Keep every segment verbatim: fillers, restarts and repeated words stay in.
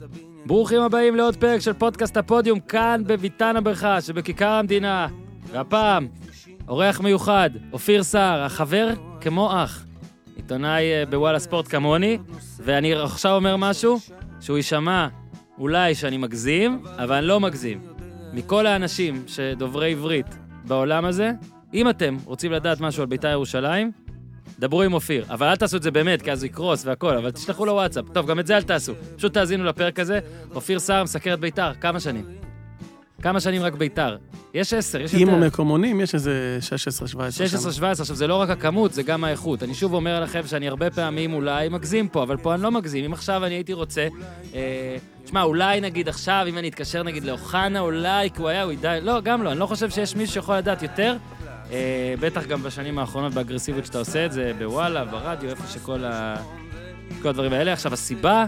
ברוכים הבאים לעוד פרק של פודקאסט הפודיום, כאן בביתן הברכה שבכיכר המדינה. והפעם, אורח מיוחד, אופיר סער, החבר כמו אח. עיתונאי בוואלה ספורט כמוני, ואני עכשיו אומר משהו שהוא יישמע אולי שאני מגזים, אבל אני לא מגזים. מכל האנשים שדוברי עברית בעולם הזה, אם אתם רוצים לדעת משהו על בית"ר ירושלים, דברו עם אופיר, אבל אל תעשו את זה באמת, כי אז הוא יקרוס והכל, אבל תשלחו לו וואטסאפ. טוב, גם את זה אל תעשו. פשוט תאזינו לפרק הזה. אופיר סער מסקר את בית"ר. כמה שנים? כמה שנים רק בית"ר? יש עשר, יש יותר. עם המקומונים יש איזה שש עשרה שבע עשרה. שש עשרה שבע עשרה, עכשיו זה לא רק הכמות, זה גם האיכות. אני שוב אומר לכם שאני הרבה פעמים אולי מגזים פה, אבל פה אני לא מגזים. אם עכשיו אני הייתי רוצה, אה, תשמע, אולי נגיד עכשיו, אם אני אתקשר נגיד לאוחנה, אולי, כי הוא היה, הוא ידע, לא, גם לא, אני לא חושב שיש מישהו שיכול לדעת יותר. Uh, בטח גם בשנים האחרונות באגרסיביות שאתה עושה את זה, בוואלה, ברדיו, איפה שכל ה... כל הדברים האלה. עכשיו, הסיבה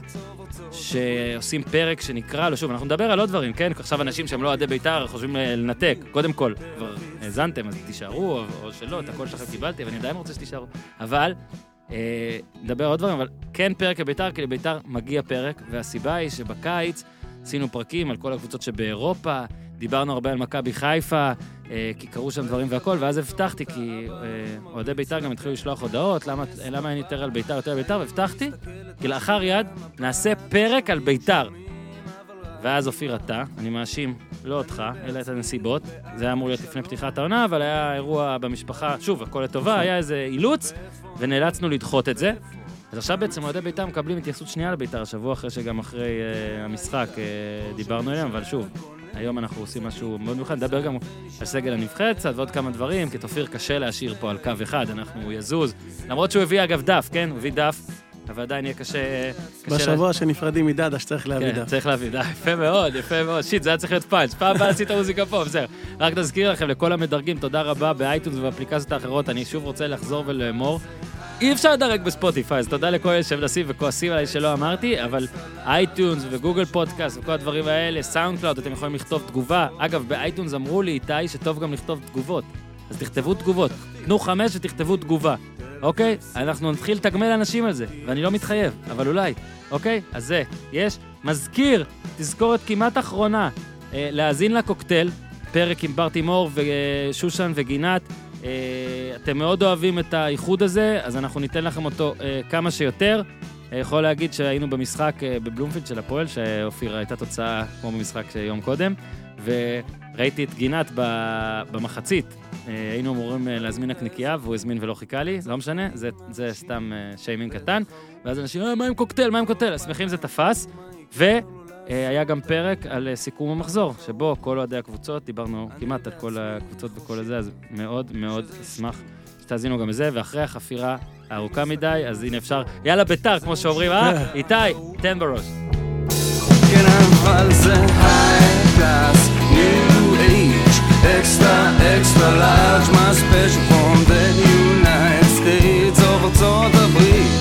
שעושים פרק שנקרא לו, שוב, אנחנו נדבר על עוד דברים, כן? עכשיו אנשים שהם לא עדי בית"ר חושבים לנתק. קודם כל, כבר האזנתם, אז תישארו, או, או שלא, את הכל שלכם קיבלתי, ואני עדיין רוצה שתישארו. אבל, uh, נדבר על עוד דברים, אבל כן פרק לבית"ר, כי לבית"ר מגיע פרק, והסיבה היא שבקיץ עשינו פרקים על כל הקבוצות שבאירופה, דיברנו הרבה על מכבי חיפה, כי קראו שם דברים והכל, ואז הבטחתי, כי אוהדי בית"ר גם התחילו לשלוח הודעות, למה, למה אין יותר על בית"ר, יותר על בית"ר, והבטחתי, כי לאחר יד נעשה פרק על בית"ר. ואז אופיר אתה, אני מאשים לא אותך, אלא את הנסיבות, זה היה אמור להיות לפני פתיחת העונה, אבל היה אירוע במשפחה, שוב, הכל לטובה, היה איזה אילוץ, ונאלצנו לדחות את זה. אז עכשיו בעצם אוהדי בית"ר מקבלים התייחסות שנייה לבית"ר, השבוע אחרי שגם אחרי uh, המשחק uh, דיברנו עליהם, אבל שוב, היום אנחנו עושים משהו מאוד מיוחד, נדבר גם על סגל הנבחרת קצת ועוד כמה דברים, כי תופיר קשה להשאיר פה על קו אחד, אנחנו יזוז, למרות שהוא הביא אגב דף, כן? הוא הביא דף, אבל עדיין יהיה קשה... בשבוע לה... שנפרדים מדדה שצריך להביא כן, דף. צריך להביא דף, יפה מאוד, יפה מאוד, שיט, זה היה צריך להיות פאנץ', פעם הבאה עשית מוזיקה פה, בסדר. רק נזכיר לכם לכל המדרגים, תודה רבה באייטונס ובאפליקציות האחרות, אני שוב רוצה לחזור ולאמור. אי אפשר לדרג בספוטיפיי, אז תודה לכל אלה שמנסים וכועסים עליי שלא אמרתי, אבל אייטונס וגוגל פודקאסט וכל הדברים האלה, סאונד קלאוד, אתם יכולים לכתוב תגובה. אגב, באייטונס אמרו לי איתי שטוב גם לכתוב תגובות, אז תכתבו תגובות, תנו חמש ותכתבו תגובה, אוקיי? אנחנו נתחיל לתגמל אנשים על זה, ואני לא מתחייב, אבל אולי, אוקיי? אז זה, יש, מזכיר, תזכורת כמעט אחרונה, אה, להאזין לקוקטייל, פרק עם בר תימור ושושן וגינת, אתם מאוד אוהבים את האיחוד הזה, אז אנחנו ניתן לכם אותו כמה שיותר. יכול להגיד שהיינו במשחק בבלומפילד של הפועל, שאופיר הייתה תוצאה כמו במשחק יום קודם, וראיתי את גינת במחצית. היינו אמורים להזמין הקניקייה, והוא הזמין ולא חיכה לי, לא משנה, זה, זה סתם שיימינג קטן. ואז אנשים, אה, מה עם קוקטייל, מה עם קוקטייל? שמחים זה תפס, ו... היה גם פרק על סיכום המחזור, שבו כל אוהדי הקבוצות, דיברנו כמעט על כל הקבוצות וכל הזה, אז מאוד מאוד אשמח שתאזינו גם לזה, ואחרי החפירה הארוכה מדי, אז הנה אפשר, יאללה בית"ר, כמו שאומרים, אה? איתי, תן בראש. כן, אבל זה high class, new age, extra, extra large, my special from the United States of ארצות הברית.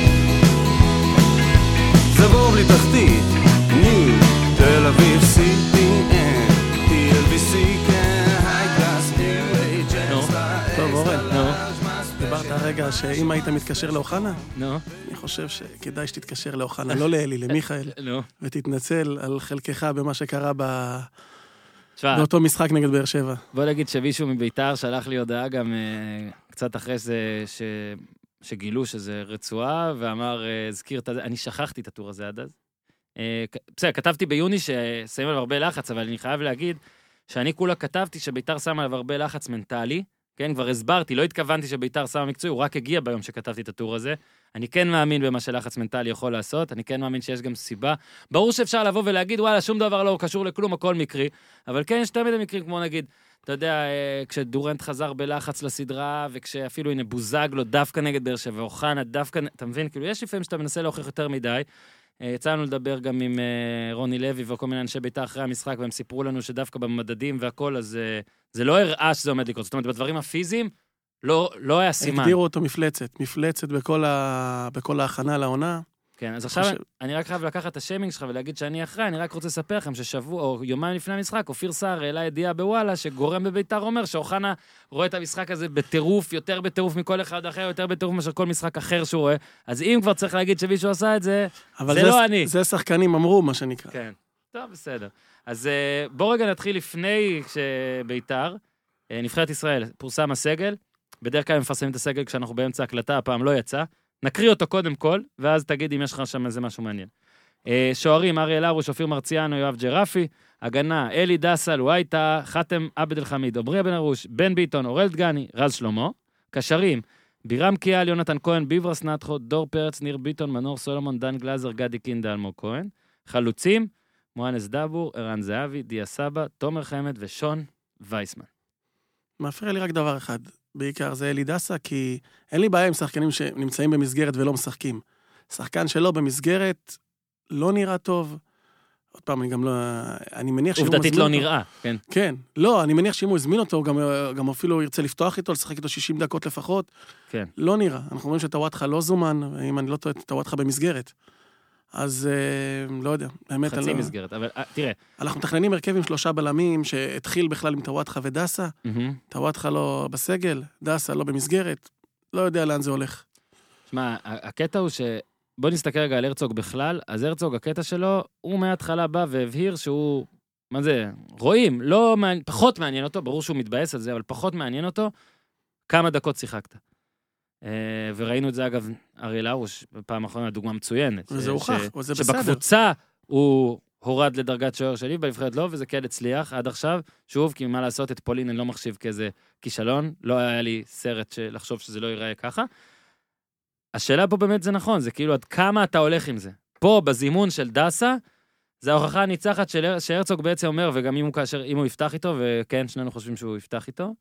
זה בור בלי תחתית. תל אביב סי פי אן, טי אל בי סי, כן, היי-קלאס, ניו-אייג' אקסטרה, טוב, אורן, אקסטרה, דיברת הרגע שאם היית מתקשר לאוחנה, נו. אני חושב שכדאי שתתקשר לאוחנה, לא לאלי, למיכאל, נו. ותתנצל על חלקך במה שקרה באותו משחק נגד באר שבע. בוא נגיד שמישהו מבית"ר שלח לי הודעה גם קצת אחרי זה שגילו שזה רצועה, ואמר, הזכיר את זה, אני שכחתי את הטור הזה עד אז. בסדר, כתבתי ביוני ששמים עליו הרבה לחץ, אבל אני חייב להגיד שאני כולה כתבתי שבית"ר שם עליו הרבה לחץ מנטלי, כן, כבר הסברתי, לא התכוונתי שבית"ר שם מקצועי, הוא רק הגיע ביום שכתבתי את הטור הזה. אני כן מאמין במה שלחץ מנטלי יכול לעשות, אני כן מאמין שיש גם סיבה. ברור שאפשר לבוא ולהגיד, וואלה, שום דבר לא קשור לכלום, הכל מקרי, אבל כן יש תמיד המקרים כמו נגיד, אתה יודע, כשדורנט חזר בלחץ לסדרה, וכשאפילו הנה בוזגלו דווקא נגד באר שבע, אוחנה דווקא, אתה מבין, כאילו יש לפעמים שאתה מנסה להוכיח יותר מדי. יצאנו לדבר גם עם רוני לוי וכל מיני אנשי בית"ר אחרי המשחק, והם סיפרו לנו שדווקא במדדים והכל, אז זה לא הראה שזה עומד לקרות. זאת אומרת, בדברים הפיזיים, לא, לא היה סימן. הגדירו אותו מפלצת, מפלצת בכל, ה... בכל ההכנה לעונה. כן, אז עכשיו אני רק חייב לקחת את השיימינג שלך ולהגיד שאני אחראי, אני רק רוצה לספר לכם ששבוע או יומיים לפני המשחק, אופיר סער העלה ידיעה בוואלה, שגורם בביתר אומר שאוחנה רואה את המשחק הזה בטירוף, יותר בטירוף מכל אחד אחר, יותר בטירוף מאשר כל משחק אחר שהוא רואה, אז אם כבר צריך להגיד שמישהו עשה את זה, זה לא אני. זה שחקנים אמרו, מה שנקרא. כן, טוב, בסדר. אז בוא רגע נתחיל לפני שביתר, נבחרת ישראל, פורסם הסגל, בדרך כלל מפרסמים את הסגל כשאנחנו באמצע הקלטה, הפעם לא יצא. נקריא אותו קודם כל, ואז תגיד אם יש לך שם איזה משהו מעניין. שוערים, אריאל הרוש, אופיר מרציאנו, יואב ג'רפי, הגנה, אלי דסה, לואייטה, חתם עבד אל חמיד, עמרי בן ארוש, בן ביטון, אורל דגני, רז שלמה. קשרים, בירם קיאל, יונתן כהן, ביברס נתחו, דור פרץ, ניר ביטון, מנור סולומון, דן גלזר, גדי קינדה, אלמוג כהן. חלוצים, מואנס דבור, ערן זהבי, דיה סבא, תומר חמד ושון וייסמן. מפריע לי רק דבר אחד. בעיקר זה אלי דסה, כי אין לי בעיה עם שחקנים שנמצאים במסגרת ולא משחקים. שחקן שלא במסגרת לא נראה טוב. עוד פעם, אני גם לא... אני מניח שאם הוא עובדתית לא נראה, כן. כן. לא, אני מניח שאם הוא הזמין אותו, גם, גם אפילו ירצה לפתוח איתו, לשחק איתו שישים דקות לפחות. כן. לא נראה. אנחנו אומרים שטוואטחה לא זומן, אם אני לא טועה, טוואטחה במסגרת. אז לא יודע, באמת... חצי מסגרת, אבל תראה. אנחנו מתכננים הרכב עם שלושה בלמים, שהתחיל בכלל עם טוואטחה ודסה, טוואטחה לא בסגל, דסה לא במסגרת, לא יודע לאן זה הולך. שמע, הקטע הוא ש... בוא נסתכל רגע על הרצוג בכלל, אז הרצוג, הקטע שלו, הוא מההתחלה בא והבהיר שהוא... מה זה? רואים, לא... פחות מעניין אותו, ברור שהוא מתבאס על זה, אבל פחות מעניין אותו, כמה דקות שיחקת. וראינו את זה, אגב, אריאל הרוש, בפעם האחרונה, דוגמה מצוינת. וזה הוכח, וזה בסדר. שבקבוצה הוא הורד לדרגת שוער שלי, בנבחרת לא, וזה כן הצליח עד עכשיו. שוב, כי מה לעשות, את פולין אני לא מחשיב כאיזה כישלון, לא היה לי סרט לחשוב שזה לא ייראה ככה. השאלה פה באמת זה נכון, זה כאילו עד כמה אתה הולך עם זה. פה, בזימון של דסה, זה ההוכחה הניצחת שהרצוג בעצם אומר, וגם אם הוא, כאשר, אם הוא יפתח איתו, וכן, שנינו חושבים שהוא יפתח איתו,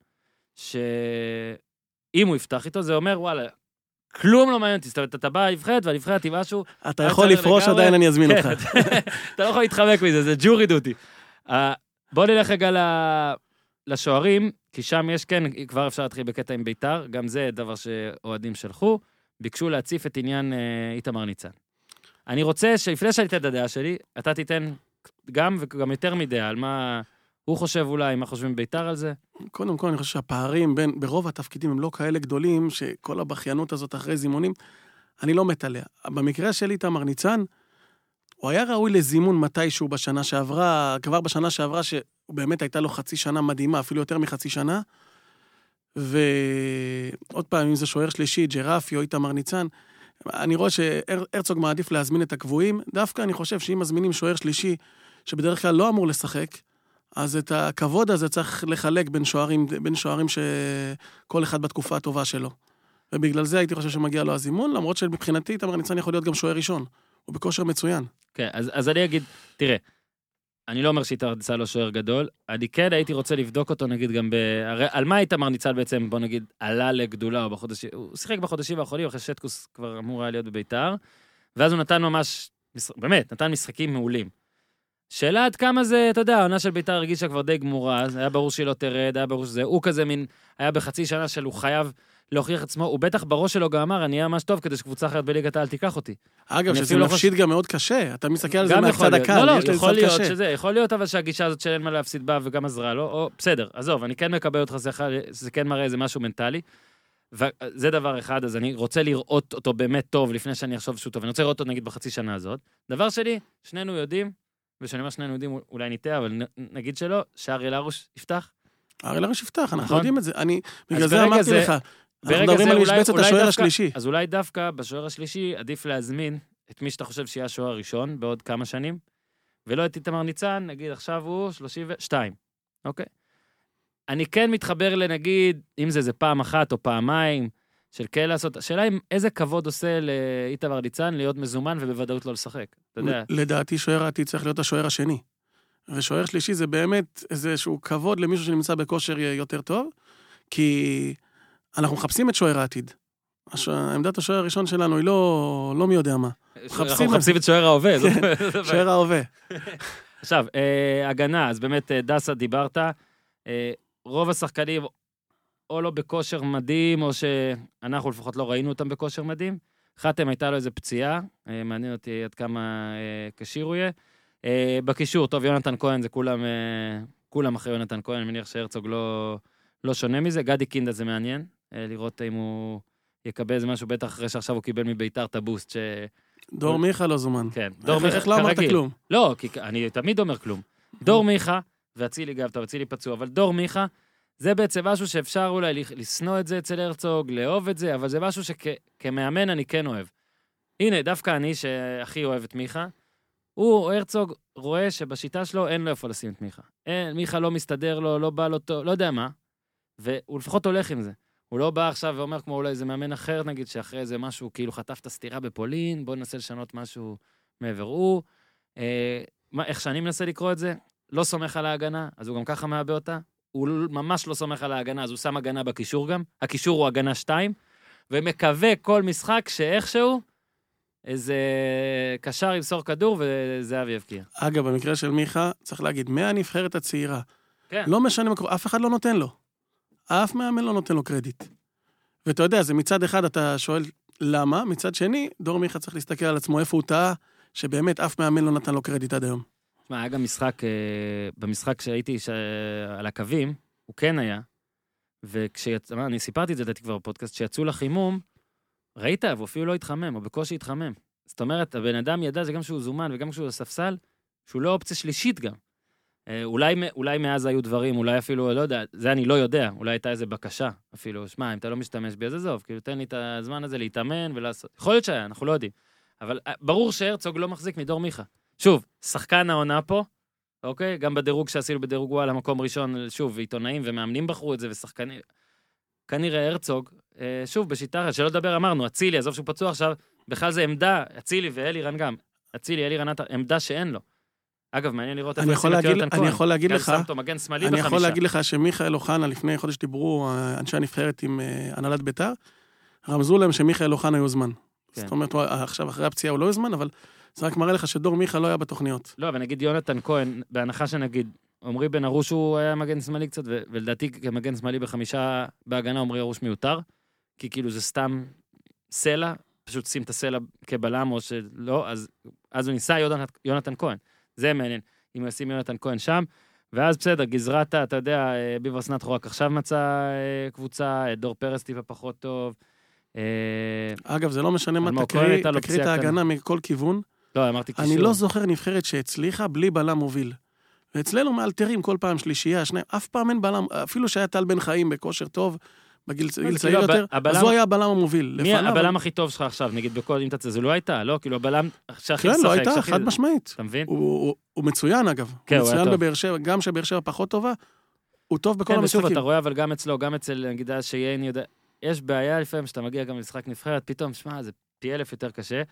שאם הוא יפתח איתו, זה אומר, וואלה, כלום לא מעניין אותי, זאת אומרת, אתה בא לבחרת, והלבחרת עם משהו... אתה יכול לפרוש, עדיין אני אזמין אותך. אתה לא יכול להתחמק מזה, זה ג'ורי דוטי. בוא נלך רגע לשוערים, כי שם יש, כן, כבר אפשר להתחיל בקטע עם ביתר, גם זה דבר שאוהדים שלחו, ביקשו להציף את עניין איתמר ניצן. אני רוצה שלפני שאני אתן את הדעה שלי, אתה תיתן גם וגם יותר מדעה על מה הוא חושב אולי, מה חושבים ביתר על זה. קודם כל, אני חושב שהפערים בין, ברוב התפקידים הם לא כאלה גדולים, שכל הבחיינות הזאת אחרי זימונים, אני לא מת עליה. במקרה של איתמר ניצן, הוא היה ראוי לזימון מתישהו בשנה שעברה, כבר בשנה שעברה, שהוא באמת הייתה לו חצי שנה מדהימה, אפילו יותר מחצי שנה, ועוד פעם, אם זה שוער שלישי, ג'רפי או איתמר ניצן, אני רואה שהרצוג מעדיף להזמין את הקבועים, דווקא אני חושב שאם מזמינים שוער שלישי, שבדרך כלל לא אמור לשחק, אז את הכבוד הזה צריך לחלק בין שוערים, בין שוערים שכל אחד בתקופה הטובה שלו. ובגלל זה הייתי חושב שמגיע לו הזימון, למרות שמבחינתי איתמר ניצן יכול להיות גם שוער ראשון. הוא בכושר מצוין. כן, אז, אז אני אגיד, תראה, אני לא אומר שאיתמר ניצן לא שוער גדול, אני כן הייתי רוצה לבדוק אותו, נגיד גם ב... הרי, על מה איתמר ניצן בעצם, בוא נגיד, עלה לגדולה, או בחודשים, הוא שיחק בחודשים האחרונים, אחרי שטקוס כבר אמור היה להיות בביתר, ואז הוא נתן ממש, באמת, נתן משחקים מעולים. שאלה עד כמה זה, אתה יודע, העונה של ביתר הרגישה כבר די גמורה, היה ברור שהיא לא תרד, היה ברור שזה, הוא כזה מין, היה בחצי שנה של הוא חייב להוכיח עצמו, הוא בטח בראש שלו גם אמר, אני אהיה ממש טוב כדי שקבוצה אחרת בליגת העל תיקח אותי. אגב, שזה נפשית גם מאוד קשה, אתה מסתכל על זה מהצד הקל, לא, לא, יכול להיות שזה, יכול להיות אבל שהגישה הזאת שאין מה להפסיד בה וגם עזרה לו, או בסדר, עזוב, אני כן מקבל אותך, זה כן מראה איזה משהו מנטלי, וזה דבר אחד, אז אני רוצה לראות אותו באמת טוב לפני שאני אחשוב שהוא טוב, אני רוצה לראות אותו נגיד בחצי שנה הזאת. דבר שלי, שנינו יודעים, ושאני אומר שנינו יודעים, אולי ניטה, אבל נגיד שלא, שאריאל הרוש יפתח. אריאל הרוש יפתח, אנחנו יודעים את זה. אני, בגלל זה אמרתי לך, אנחנו מדברים על משבצת השוער השלישי. אז אולי דווקא בשוער השלישי עדיף להזמין את מי שאתה חושב שיהיה השוער הראשון בעוד כמה שנים, ולא את איתמר ניצן, נגיד עכשיו הוא שלושים ושתיים, אוקיי? אני כן מתחבר לנגיד, אם זה זה פעם אחת או פעמיים, של כן לעשות, השאלה אם איזה כבוד עושה לאיתמר ניצן להיות מזומן ובוודאות לא לשחק, אתה יודע. לדעתי שוער העתיד צריך להיות השוער השני, ושוער שלישי זה באמת איזשהו כבוד למישהו שנמצא בכושר יותר טוב, כי אנחנו מחפשים את שוער העתיד. עמדת השוער הראשון שלנו היא לא, לא מי יודע מה. אנחנו מחפשים את שוער ההווה. שוער ההווה. עכשיו, הגנה, אז באמת דסה דיברת, רוב השחקנים או לא בכושר מדהים, או שאנחנו לפחות לא ראינו אותם בכושר מדהים. חתם הייתה לו איזה פציעה, מעניין אותי עד כמה קשיר הוא יהיה. בקישור, טוב, יונתן כהן זה כולם, כולם אחרי יונתן כהן, אני מניח שהרצוג לא, לא שונה מזה. גדי קינדה זה מעניין, לראות אם הוא יקבל איזה משהו, בטח אחרי שעכשיו הוא קיבל מביתר את הבוסט ש... דור מיכה לא זומן. כן, דור מיכה, איך לא אמרת כלום? לא, כי אני תמיד אומר כלום. דור מיכה, ואצילי גב, טוב, אצילי פצוע, אבל דור מיכה, זה בעצם משהו שאפשר אולי לשנוא את זה אצל הרצוג, לאהוב את זה, אבל זה משהו שכמאמן אני כן אוהב. הנה, דווקא אני שהכי אוהב את מיכה, הוא, הרצוג, רואה שבשיטה שלו אין לו איפה לשים את מיכה. אין, מיכה לא מסתדר לו, לא בא לו טוב, לא יודע מה, והוא לפחות הולך עם זה. הוא לא בא עכשיו ואומר כמו אולי איזה מאמן אחר, נגיד, שאחרי איזה משהו, כאילו חטף את הסתירה בפולין, בוא ננסה לשנות משהו מעבר. הוא, אה, מה, איך שאני מנסה לקרוא את זה, לא סומך על ההגנה, אז הוא גם ככה מאבא אותה. הוא ממש לא סומך על ההגנה, אז הוא שם הגנה בקישור גם. הקישור הוא הגנה שתיים, ומקווה כל משחק שאיכשהו, איזה קשר ימסור כדור, וזהב יבקיע. אגב, במקרה של מיכה, צריך להגיד, מהנבחרת הצעירה. כן. לא משנה מקור, אף אחד לא נותן לו. אף מאמן לא נותן לו קרדיט. ואתה יודע, זה מצד אחד אתה שואל למה, מצד שני, דור מיכה צריך להסתכל על עצמו איפה הוא טעה, שבאמת אף מאמן לא נתן לו קרדיט עד היום. תשמע, היה גם משחק, במשחק שהייתי על הקווים, הוא כן היה, וכשאני אני סיפרתי את זה לדעתי כבר בפודקאסט, שיצאו לחימום, ראית, והוא אפילו לא התחמם, או בקושי התחמם. זאת אומרת, הבן אדם ידע, זה גם שהוא זומן, וגם שהוא ספסל, שהוא לא אופציה שלישית גם. אולי, אולי מאז היו דברים, אולי אפילו, לא יודע, זה אני לא יודע, אולי הייתה איזו בקשה, אפילו, שמע, אם אתה לא משתמש בי, אז עזוב, כאילו, תן לי את הזמן הזה להתאמן ולעשות. יכול להיות שהיה, אנחנו לא יודעים. אבל ברור שהרצוג לא מחזיק מדור מיכה. שוב, שחקן העונה פה, אוקיי? גם בדירוג שעשינו בדירוג וואלה, מקום ראשון, שוב, עיתונאים ומאמנים בחרו את זה, ושחקנים... כנראה הרצוג, שוב, בשיטה, שלא לדבר, אמרנו, אצילי, עזוב שהוא פצוע עכשיו, בכלל זה עמדה, אצילי ואלירן גם, אצילי, אלירן, עמדה שאין לו. אגב, מעניין לראות איפה עושים את יונתן כהן. אני יכול להגיד לך, אני יכול להגיד לך שמיכאל אוחנה, לפני חודש דיברו אנשי הנבחרת עם הנהלת ביתר, רמזו להם שמיכאל אוחנה יוזמן. זאת אומרת, עכשיו אחרי הפציעה הוא לא יוזמן, אבל זה רק מראה לך שדור מיכה לא היה בתוכניות. לא, אבל נגיד יונתן כהן, בהנחה שנגיד, עומרי בן ארוש הוא היה מגן שמאלי קצת, ולדעתי כמגן שמאלי בחמישה בהגנה עומרי ארוש מיותר, כי כאילו זה סתם סלע, פשוט שים את הסלע כבלם או שלא, אז, אז הוא ניסה יונתן, יונתן כהן. זה מעניין, אם הוא ישים יונתן כהן שם, ואז בסדר, גזרת, אתה יודע, ביבר סנט חורק עכשיו מצא קבוצה, דור פרס טיפה פחות טוב. אגב, זה לא משנה מה תקריא, תקריא את ההגנה מכל כיוון. לא, אמרתי קישור. אני לא זוכר נבחרת שהצליחה בלי בלם מוביל. ואצלנו מאלתרים כל פעם שלישייה, שניים, אף פעם אין בלם, אפילו שהיה טל בן חיים בכושר טוב, בגיל צעיר יותר, אז הוא היה הבלם המוביל. מי הבלם הכי טוב שלך עכשיו, נגיד בכל, אם תצא, זה לא הייתה, לא? כאילו הבלם שהכי משחק. כן, לא הייתה, חד משמעית. אתה מבין? הוא מצוין אגב. הוא מצוין בבאר שבע, גם שבאר שבע פחות טובה, הוא טוב בכל המשחקים. אתה רואה, אבל גם אצלו, גם אצל, נגיד, שיין יודע, יש בעיה לפעמים שאתה מגיע גם למשחק נבחרת, פתאום, שמע, זה פי אלף יותר קשה.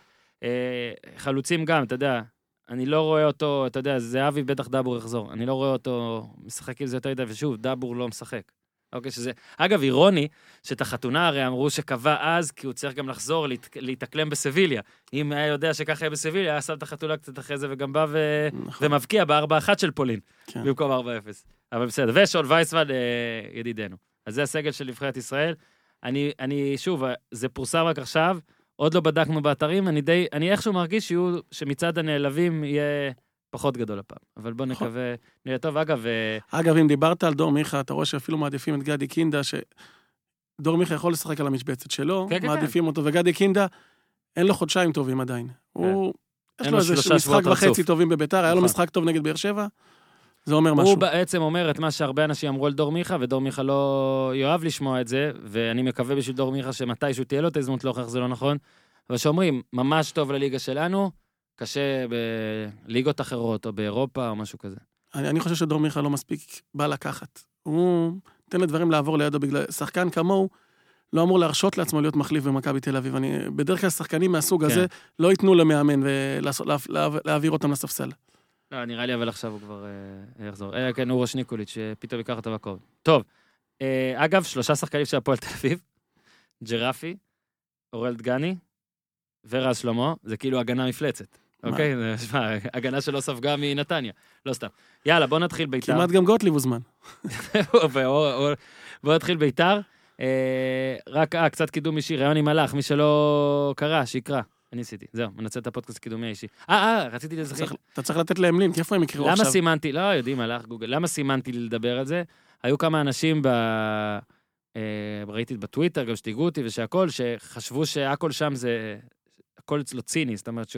חלוצים גם, אתה יודע, אני לא רואה אותו, אתה יודע, זה אבי בטח דאבור יחזור, אני לא רואה אותו משחק עם זה יותר ידע, ושוב, דאבור לא משחק. אוקיי, שזה, אגב, אירוני, שאת החתונה הרי אמרו שקבע אז, כי הוא צריך גם לחזור, להת, להתאקלם בסביליה. אם היה יודע שככה היה בסביליה, היה שם את החתונה קצת אחרי זה, וגם בא ו... נכון. ומבקיע ב-ארבע אחת של פולין, כן. במקום ארבע אפס. אבל בסדר, ושול וייסמן, ידידנו. אז זה הסגל של נבחרת ישראל. אני, אני, שוב, זה פורסם רק עכשיו, עוד לא בדקנו באתרים, אני די, אני איכשהו מרגיש שיהיו, שמצד הנעלבים יהיה פחות גדול הפעם. אבל בוא נקווה, נראה טוב. אגב... אגב, אם דיברת על דור מיכה, אתה רואה שאפילו מעדיפים את גדי קינדה, שדור מיכה יכול לשחק על המשבצת שלו, כן, מעדיפים כן. אותו, וגדי קינדה, אין לו חודשיים טובים עדיין. כן. הוא, יש לו איזה משחק וחצי טובים בביתר, היה לו משחק טוב נגד באר שבע, זה אומר משהו. הוא בעצם אומר את מה שהרבה אנשים אמרו על דור מיכה, ודור מיכה לא יאהב לשמוע את זה, ואני מקווה בשביל דור מיכה שמתישהו תהיה לו את ההזדמנות להוכיח זה לא נכון, אבל שאומרים, ממש טוב לליגה שלנו, קשה בליגות אחרות, או באירופה, או משהו כזה. אני, אני חושב שדור מיכה לא מספיק בא לקחת. הוא תן לדברים לעבור לידו בגלל... שחקן כמוהו, לא אמור להרשות לעצמו להיות מחליף במכבי תל אביב. אני, בדרך כלל שחקנים מהסוג כן. הזה, לא ייתנו למאמן ולהעביר אותם לספסל. לא, נראה לי, אבל עכשיו הוא כבר אה, יחזור. אה, כן, הוא ראש ניקוליץ', שפתאום ייקח אותו בקוב. טוב, אה, אגב, שלושה שחקנים של הפועל תל אביב, ג'רפי, אורל דגני, ורז שלמה, זה כאילו הגנה מפלצת. אוקיי? זה הגנה שלא ספגה מנתניה. לא סתם. יאללה, בוא נתחיל ביתר. כמעט גם גוטליב הוא זמן. בוא נתחיל ביתר. רק, אה, קצת קידום אישי, רעיון עם מלאך, מי שלא קרא, שיקרא. אני עשיתי, זהו, מנצל את הפודקאסט קידומי האישי. אה, אה, רציתי לזכיר. אתה צריך לתת להם לינק, איפה הם יקראו עכשיו? למה סימנתי, לא, יודעים, מלאך, גוגל, למה סימנתי לדבר על זה? היו כמה אנשים ב... ראיתי בטוויטר, גם שתיגעו אותי ושהכל, שחשבו שהכל שם זה, הכל אצלו ציני, זאת אומרת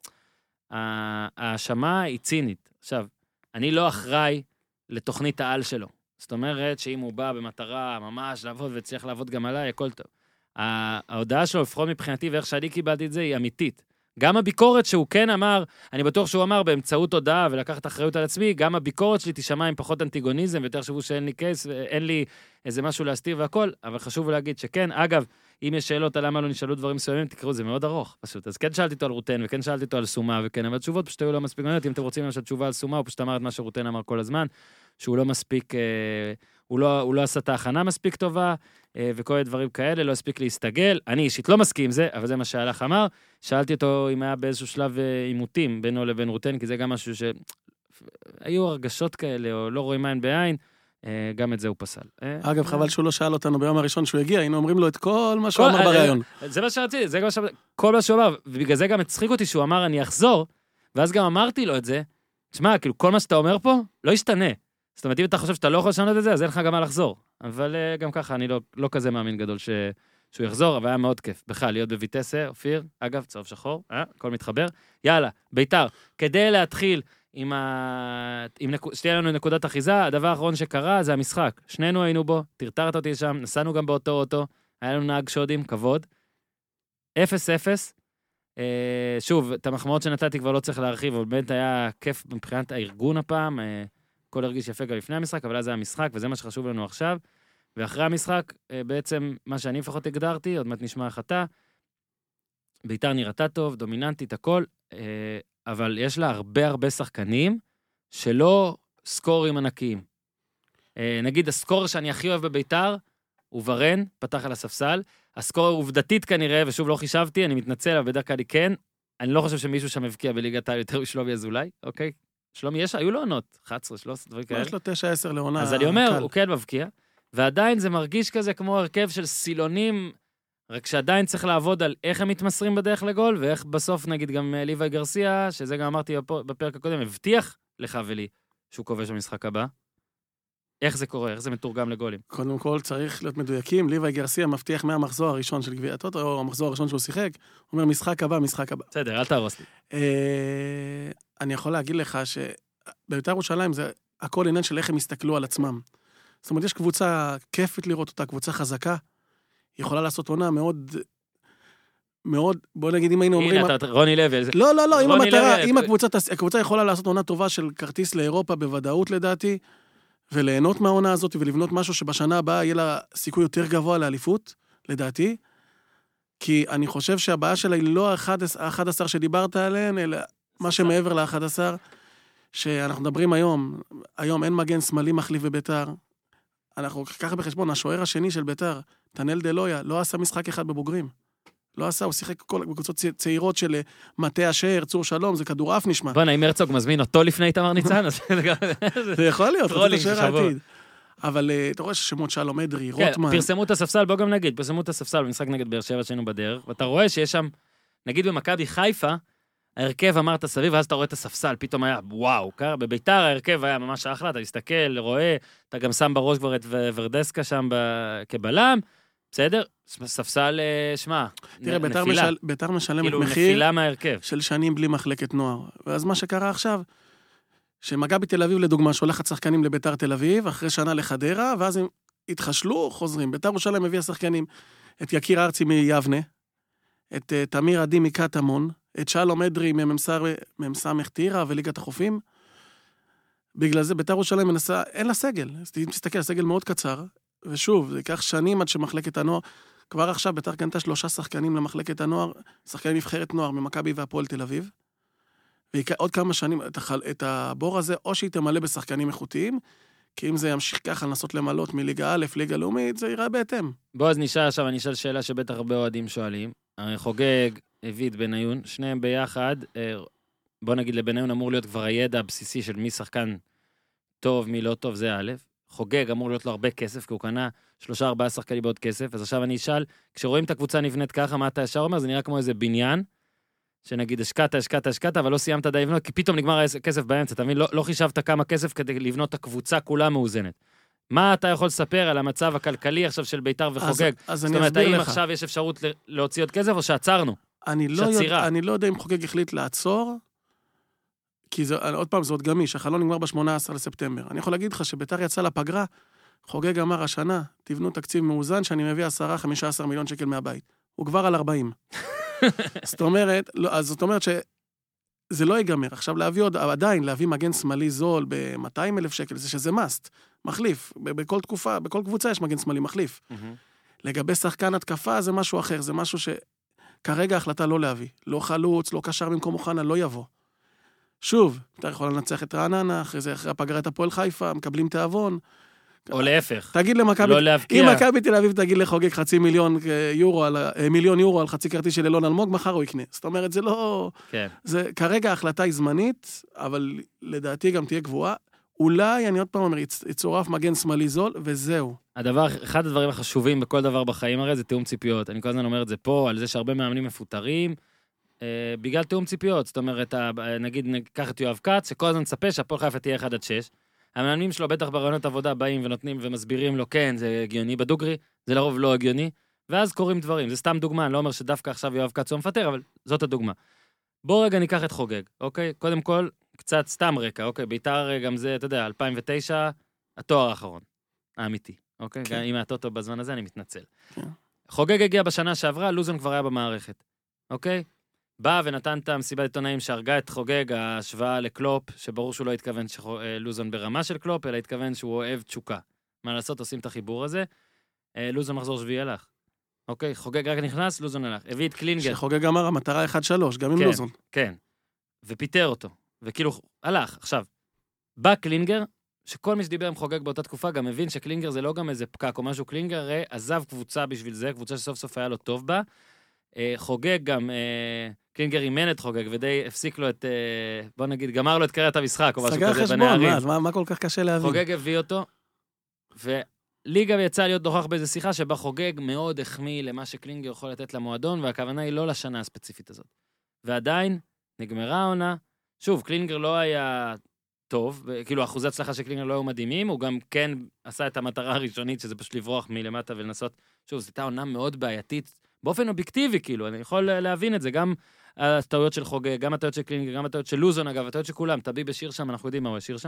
שההאשמה היא צינית. עכשיו, אני לא אחראי לתוכנית העל שלו. זאת אומרת שאם הוא בא במטרה ממש לעבוד וצריך לעבוד גם עליי, הכל טוב. ההודעה שלו, לפחות מבחינתי, ואיך שאני קיבלתי את זה, היא אמיתית. גם הביקורת שהוא כן אמר, אני בטוח שהוא אמר באמצעות הודעה ולקחת אחריות על עצמי, גם הביקורת שלי תשמע עם פחות אנטיגוניזם, ויותר חשבו שאין לי קייס, ואין לי איזה משהו להסתיר והכל, אבל חשוב להגיד שכן. אגב, אם יש שאלות על למה לא נשאלו דברים מסוימים, תקראו, זה מאוד ארוך, פשוט. אז כן שאלתי אותו על רוטן, וכן שאלתי אותו על סומה, וכן, אבל התשובות פשוט היו לא מספיק מעניינות. אם אתם רוצים למשל תשובה על סומה, הוא פשוט אמר את מה שרוטן אמר כל הזמן, שהוא לא מספיק, הוא לא, הוא לא עשה את ההכנה מספיק טובה, וכל הדברים כאלה, לא הספיק להסתגל. אני אישית לא מסכים עם זה, אבל זה מה שהלך אמר. שאלתי אותו אם היה באיזשהו שלב עימותים בינו לבין רוטן, כי זה גם משהו שהיו הרגשות כאלה, או לא רואים עין בעין, גם את זה הוא פסל. אגב, חבל שהוא לא שאל אותנו ביום הראשון שהוא הגיע, היינו אומרים לו את כל מה שהוא אמר בראיון. זה מה שרציתי, זה כל מה שהוא אמר, ובגלל זה גם הצחיק אותי שהוא אמר, אני אחזור, ואז גם אמרתי לו את זה, תשמע, כאילו, כל מה שאתה אומר פה, לא ישתנה. זאת אומרת, אם אתה חושב שאתה לא יכול לשנות את זה, אז אין לך גם מה לחזור. אבל גם ככה, אני לא, לא כזה מאמין גדול ש... שהוא יחזור, אבל היה מאוד כיף. בכלל, להיות בויטסה, אופיר, אגב, צהוב שחור, אה? הכל מתחבר. יאללה, ביתר, כדי להתחיל עם ה... עם נק... שתהיה לנו נקודת אחיזה, הדבר האחרון שקרה זה המשחק. שנינו היינו בו, תרתרת אותי שם, נסענו גם באותו אוטו, היה לנו נהג שודים, כבוד. אפס אפס. אה, שוב, את המחמאות שנתתי כבר לא צריך להרחיב, אבל באמת היה כיף מבחינת הארגון הפעם, אה, הכל הרגיש יפה גם לפני המשחק, אבל אז זה המשחק, וזה מה שחשוב לנו עכשיו. ואחרי המשחק, בעצם מה שאני לפחות הגדרתי, עוד מעט נשמע החטא, ביתר נראתה טוב, דומיננטית, הכל, אבל יש לה הרבה הרבה שחקנים שלא סקורים ענקיים. נגיד, הסקור שאני הכי אוהב בביתר, הוא ורן, פתח על הספסל, הסקור עובדתית כנראה, ושוב לא חישבתי, אני מתנצל, אבל בדרך כלל לי כן, אני לא חושב שמישהו שם מבקיע בליגת העל יותר משלומי אזולאי, אוקיי? שלומי יש, היו לו עונות, אחת עשרה, שלוש עשרה, דברים כאלה. יש לו תשע עשר לעונה. אז אני אומר, הוא כן מבקיע, ועדיין זה מרגיש כזה כמו הרכב של סילונים, רק שעדיין צריך לעבוד על איך הם מתמסרים בדרך לגול, ואיך בסוף נגיד גם ליוואי גרסיה, שזה גם אמרתי בפרק הקודם, הבטיח לך ולי שהוא כובש במשחק הבא. איך זה קורה? איך זה מתורגם לגולים? קודם כל צריך להיות מדויקים, ליוואי גרסיה מבטיח מהמחזור הראשון של גביע הטוטו, או המחזור הראשון שהוא שיחק, הוא אומר משחק הבא, משחק הבא. בסדר, אל תהרוס לי. אני יכול להגיד לך שבית"ר ירושלים זה הכל עניין של איך הם הסתכלו על עצמם. זאת אומרת, יש קבוצה כיפית לראות אותה, קבוצה חזקה, היא יכולה לעשות עונה מאוד, מאוד, בוא נגיד, אם היינו אומרים... הנה, אתה, רוני לוי. לא, לא, לא, אם המטרה, אם הקבוצה יכולה לעשות עונה טובה של כרטיס לאירופה בוודאות לדעתי, וליהנות מהעונה הזאת ולבנות משהו שבשנה הבאה יהיה לה סיכוי יותר גבוה לאליפות, לדעתי, כי אני חושב שהבעיה שלה היא לא ה-אחד עשר שדיברת עליהן, אלא מה שמעבר ל-אחד עשר, שאנחנו מדברים היום, היום אין מגן שמאלי מחליף בביתר, אנחנו ככה בחשבון, השוער השני של ביתר, תנאל דלויה, לא עשה משחק אחד בבוגרים. לא עשה, הוא שיחק בקבוצות צעירות של מטה אשר, צור שלום, זה כדורעף נשמע. בוא'נה, אם הרצוג מזמין אותו לפני תמר ניצן, אז זה יכול להיות, חצי השוער העתיד. אבל אתה רואה ששמות שלום אדרי, רוטמן. פרסמו את הספסל, בוא גם נגיד, פרסמו את הספסל במשחק נגד באר שבע שהיינו בדרך, ואתה רואה שיש שם, נגיד במכבי חיפה, ההרכב אמרת סביב, ואז אתה רואה את הספסל, פתאום היה, וואו, בביתר ההרכב היה ממש אחלה, אתה מסתכל, רואה, אתה גם שם בראש כבר את ורדסקה שם כבלם, בסדר? ספסל, שמה, תראה, ביתר משלמת מחיר נפילה מההרכב. של שנים בלי מחלקת נוער. ואז מה שקרה עכשיו, שמכבי תל אביב לדוגמה, שולחת שחקנים לביתר תל אביב, אחרי שנה לחדרה, ואז הם התחשלו, חוזרים. ביתר ירושלים הביאה שחקנים, את יקיר ארצי מיבנה, את תמיר עדי מקטמון, את שלום אדרי ממסמך טירה וליגת החופים. בגלל זה ביתר ירושלים מנסה, אין לה סגל. אז תסתכל, סגל מאוד קצר, ושוב, זה ייקח שנים עד שמחלקת הנוער, כבר עכשיו ביתר קנתה שלושה שחקנים למחלקת הנוער, שחקנים נבחרת נוער ממכבי והפועל תל אביב, ועוד כמה שנים את הבור הזה, או שהיא תמלא בשחקנים איכותיים, כי אם זה ימשיך ככה לנסות למלות מליגה א', ליגה לאומית, זה ייראה בהתאם. בוא, אז נשאל עכשיו, אני אשאל שאלה שבטח הרבה אוהדים שואלים. חוגג, אביד, בניון, שניהם ביחד, בוא נגיד לבניון אמור להיות כבר הידע הבסיסי של מי שחקן טוב, מי לא טוב, זה א', חוגג אמור להיות לו הרבה כסף, כי הוא קנה שלושה ארבעה שחקנים בעוד כסף, אז עכשיו אני אשאל, כשרואים את הקבוצה נבנית ככה, מה אתה ישר אומר? זה נראה כמו איזה בניין, שנגיד, השקעת, השקעת, השקעת, אבל לא סיימת די לבנות, כי פתאום נגמר הכסף באמצע, אתה מבין? לא, לא חישבת כמה כסף כדי לבנות את הקבוצה כולה מאוזנת. מה אתה יכול לספר על המצב הכלכלי עכשיו של ביתר וחוגג? אז, אז זאת אני אומרת, אסביר האם לך. עכשיו יש אפשרות להוציא עוד כסף, או שעצרנו? אני לא, שעצירה. יודע, אני לא יודע אם חוגג החליט לעצור, כי זה, עוד פעם, זה עוד גמיש, החלון נגמר ב-שמונה עשר לספטמבר. אני יכול להגיד לך שביתר יצא לפגרה, חוגג אמר השנה, תבנו תקציב מאוזן, שאני מביא עשרה חמישה עשר מיליון שקל מהבית. הוא כבר על ארבעים. זאת אומרת, לא, אז זאת אומרת שזה לא ייגמר. עכשיו להביא עוד, עדיין, להביא מגן שמאלי זול ב-מאתיים אלף שקל, זה שזה מאסט, מחליף. בכל תקופה, בכל קבוצה יש מגן שמאלי מחליף. לגבי שחקן התקפה זה משהו אחר, זה משהו שכרגע החלטה לא להביא. לא חלוץ, לא קשר במקום מוכנה, לא יבוא. שוב, אתה יכול לנצח את רעננה, אחרי זה, אחרי הפגרה את הפועל חיפה, מקבלים תיאבון. או להפך. תגיד למכבי, לא להבקיע. אם מכבי תל אביב תגיד לחוגג חצי מיליון יורו, על, מיליון יורו על חצי כרטיס של אילון אלמוג, מחר הוא יקנה. זאת אומרת, זה לא... כן. זה, כרגע ההחלטה היא זמנית, אבל לדעתי גם תהיה גבוהה. אולי, אני עוד פעם אומר, יצורף מגן שמאלי זול, וזהו. הדבר, אחד הדברים החשובים בכל דבר בחיים הרי זה תיאום ציפיות. אני כל הזמן אומר את זה פה, על זה שהרבה מאמנים מפוטרים, אה, בגלל תיאום ציפיות. זאת אומרת, נגיד, ניקח את יואב קץ, שכל הזמן נצפה שהפועל חיפה תהיה אחד עד שש. המאמנים שלו בטח ברעיונות עבודה באים ונותנים ומסבירים לו, כן, זה הגיוני בדוגרי, זה לרוב לא הגיוני, ואז קורים דברים. זה סתם דוגמה, אני לא אומר שדווקא עכשיו יואב קץ הוא מפטר, אבל זאת הדוגמה. בוא רגע ניקח את חוגג, אוקיי? קודם כל, קצת סתם רקע, אוקיי? ביתר גם זה, אתה יודע, אלפיים ותשע, התואר האחרון, האמיתי, אוקיי? כן. גם אם הטוטו בזמן הזה, אני מתנצל. כן. חוגג הגיע בשנה שעברה, לוזון כבר היה במערכת, אוקיי? בא ונתן את המסיבת עיתונאים שהרגה את חוגג, ההשוואה לקלופ, שברור שהוא לא התכוון שלוזון ברמה של קלופ, אלא התכוון שהוא אוהב תשוקה. מה לעשות, עושים את החיבור הזה. לוזון מחזור שביעי הלך. אוקיי, חוגג רק נכנס, לוזון הלך. הביא את קלינגר. שחוגג אמר, המטרה אחת שלוש, גם עם כן, לוזון. כן, ופיטר אותו. וכאילו, הלך. עכשיו, בא קלינגר, שכל מי שדיבר עם חוגג באותה תקופה, גם מבין שקלינגר זה לא גם איזה פקק או משהו. קלינגר הרי עזב קבוצה בשביל זה, קבוצה שסוף סוף היה לו טוב בה. חוגג גם, קלינגר אימן את חוגג, ודי הפסיק לו את, בוא נגיד, גמר לו את קריית המשחק, או משהו כזה בנערים. סגר חשבון, מה כל כך קשה להבין? חוגג הביא אותו, וליגה יצא להיות דוחך באיזו שיחה, שבה חוגג מאוד החמיא למה שקלינגר יכול לתת למועדון, והכוונה היא לא לשנה הספציפית הזאת. ועדיין, נגמרה העונה, שוב, קלינגר לא היה טוב, כאילו אחוזי הצלחה של קלינגר לא היו מדהימים, הוא גם כן עשה את המטרה הראשונית, שזה פשוט לברוח מלמטה ולנסות, שוב, זו הייתה עונה מאוד בעייתית, באופן אובייקטיבי, כאילו, אני יכול להבין את זה, גם הטעויות של חוגג, גם הטעויות של קלינגר, גם הטעויות של לוזון, אגב, הטעויות של כולם, טביב השאיר שם, אנחנו יודעים מה הוא השאיר שם,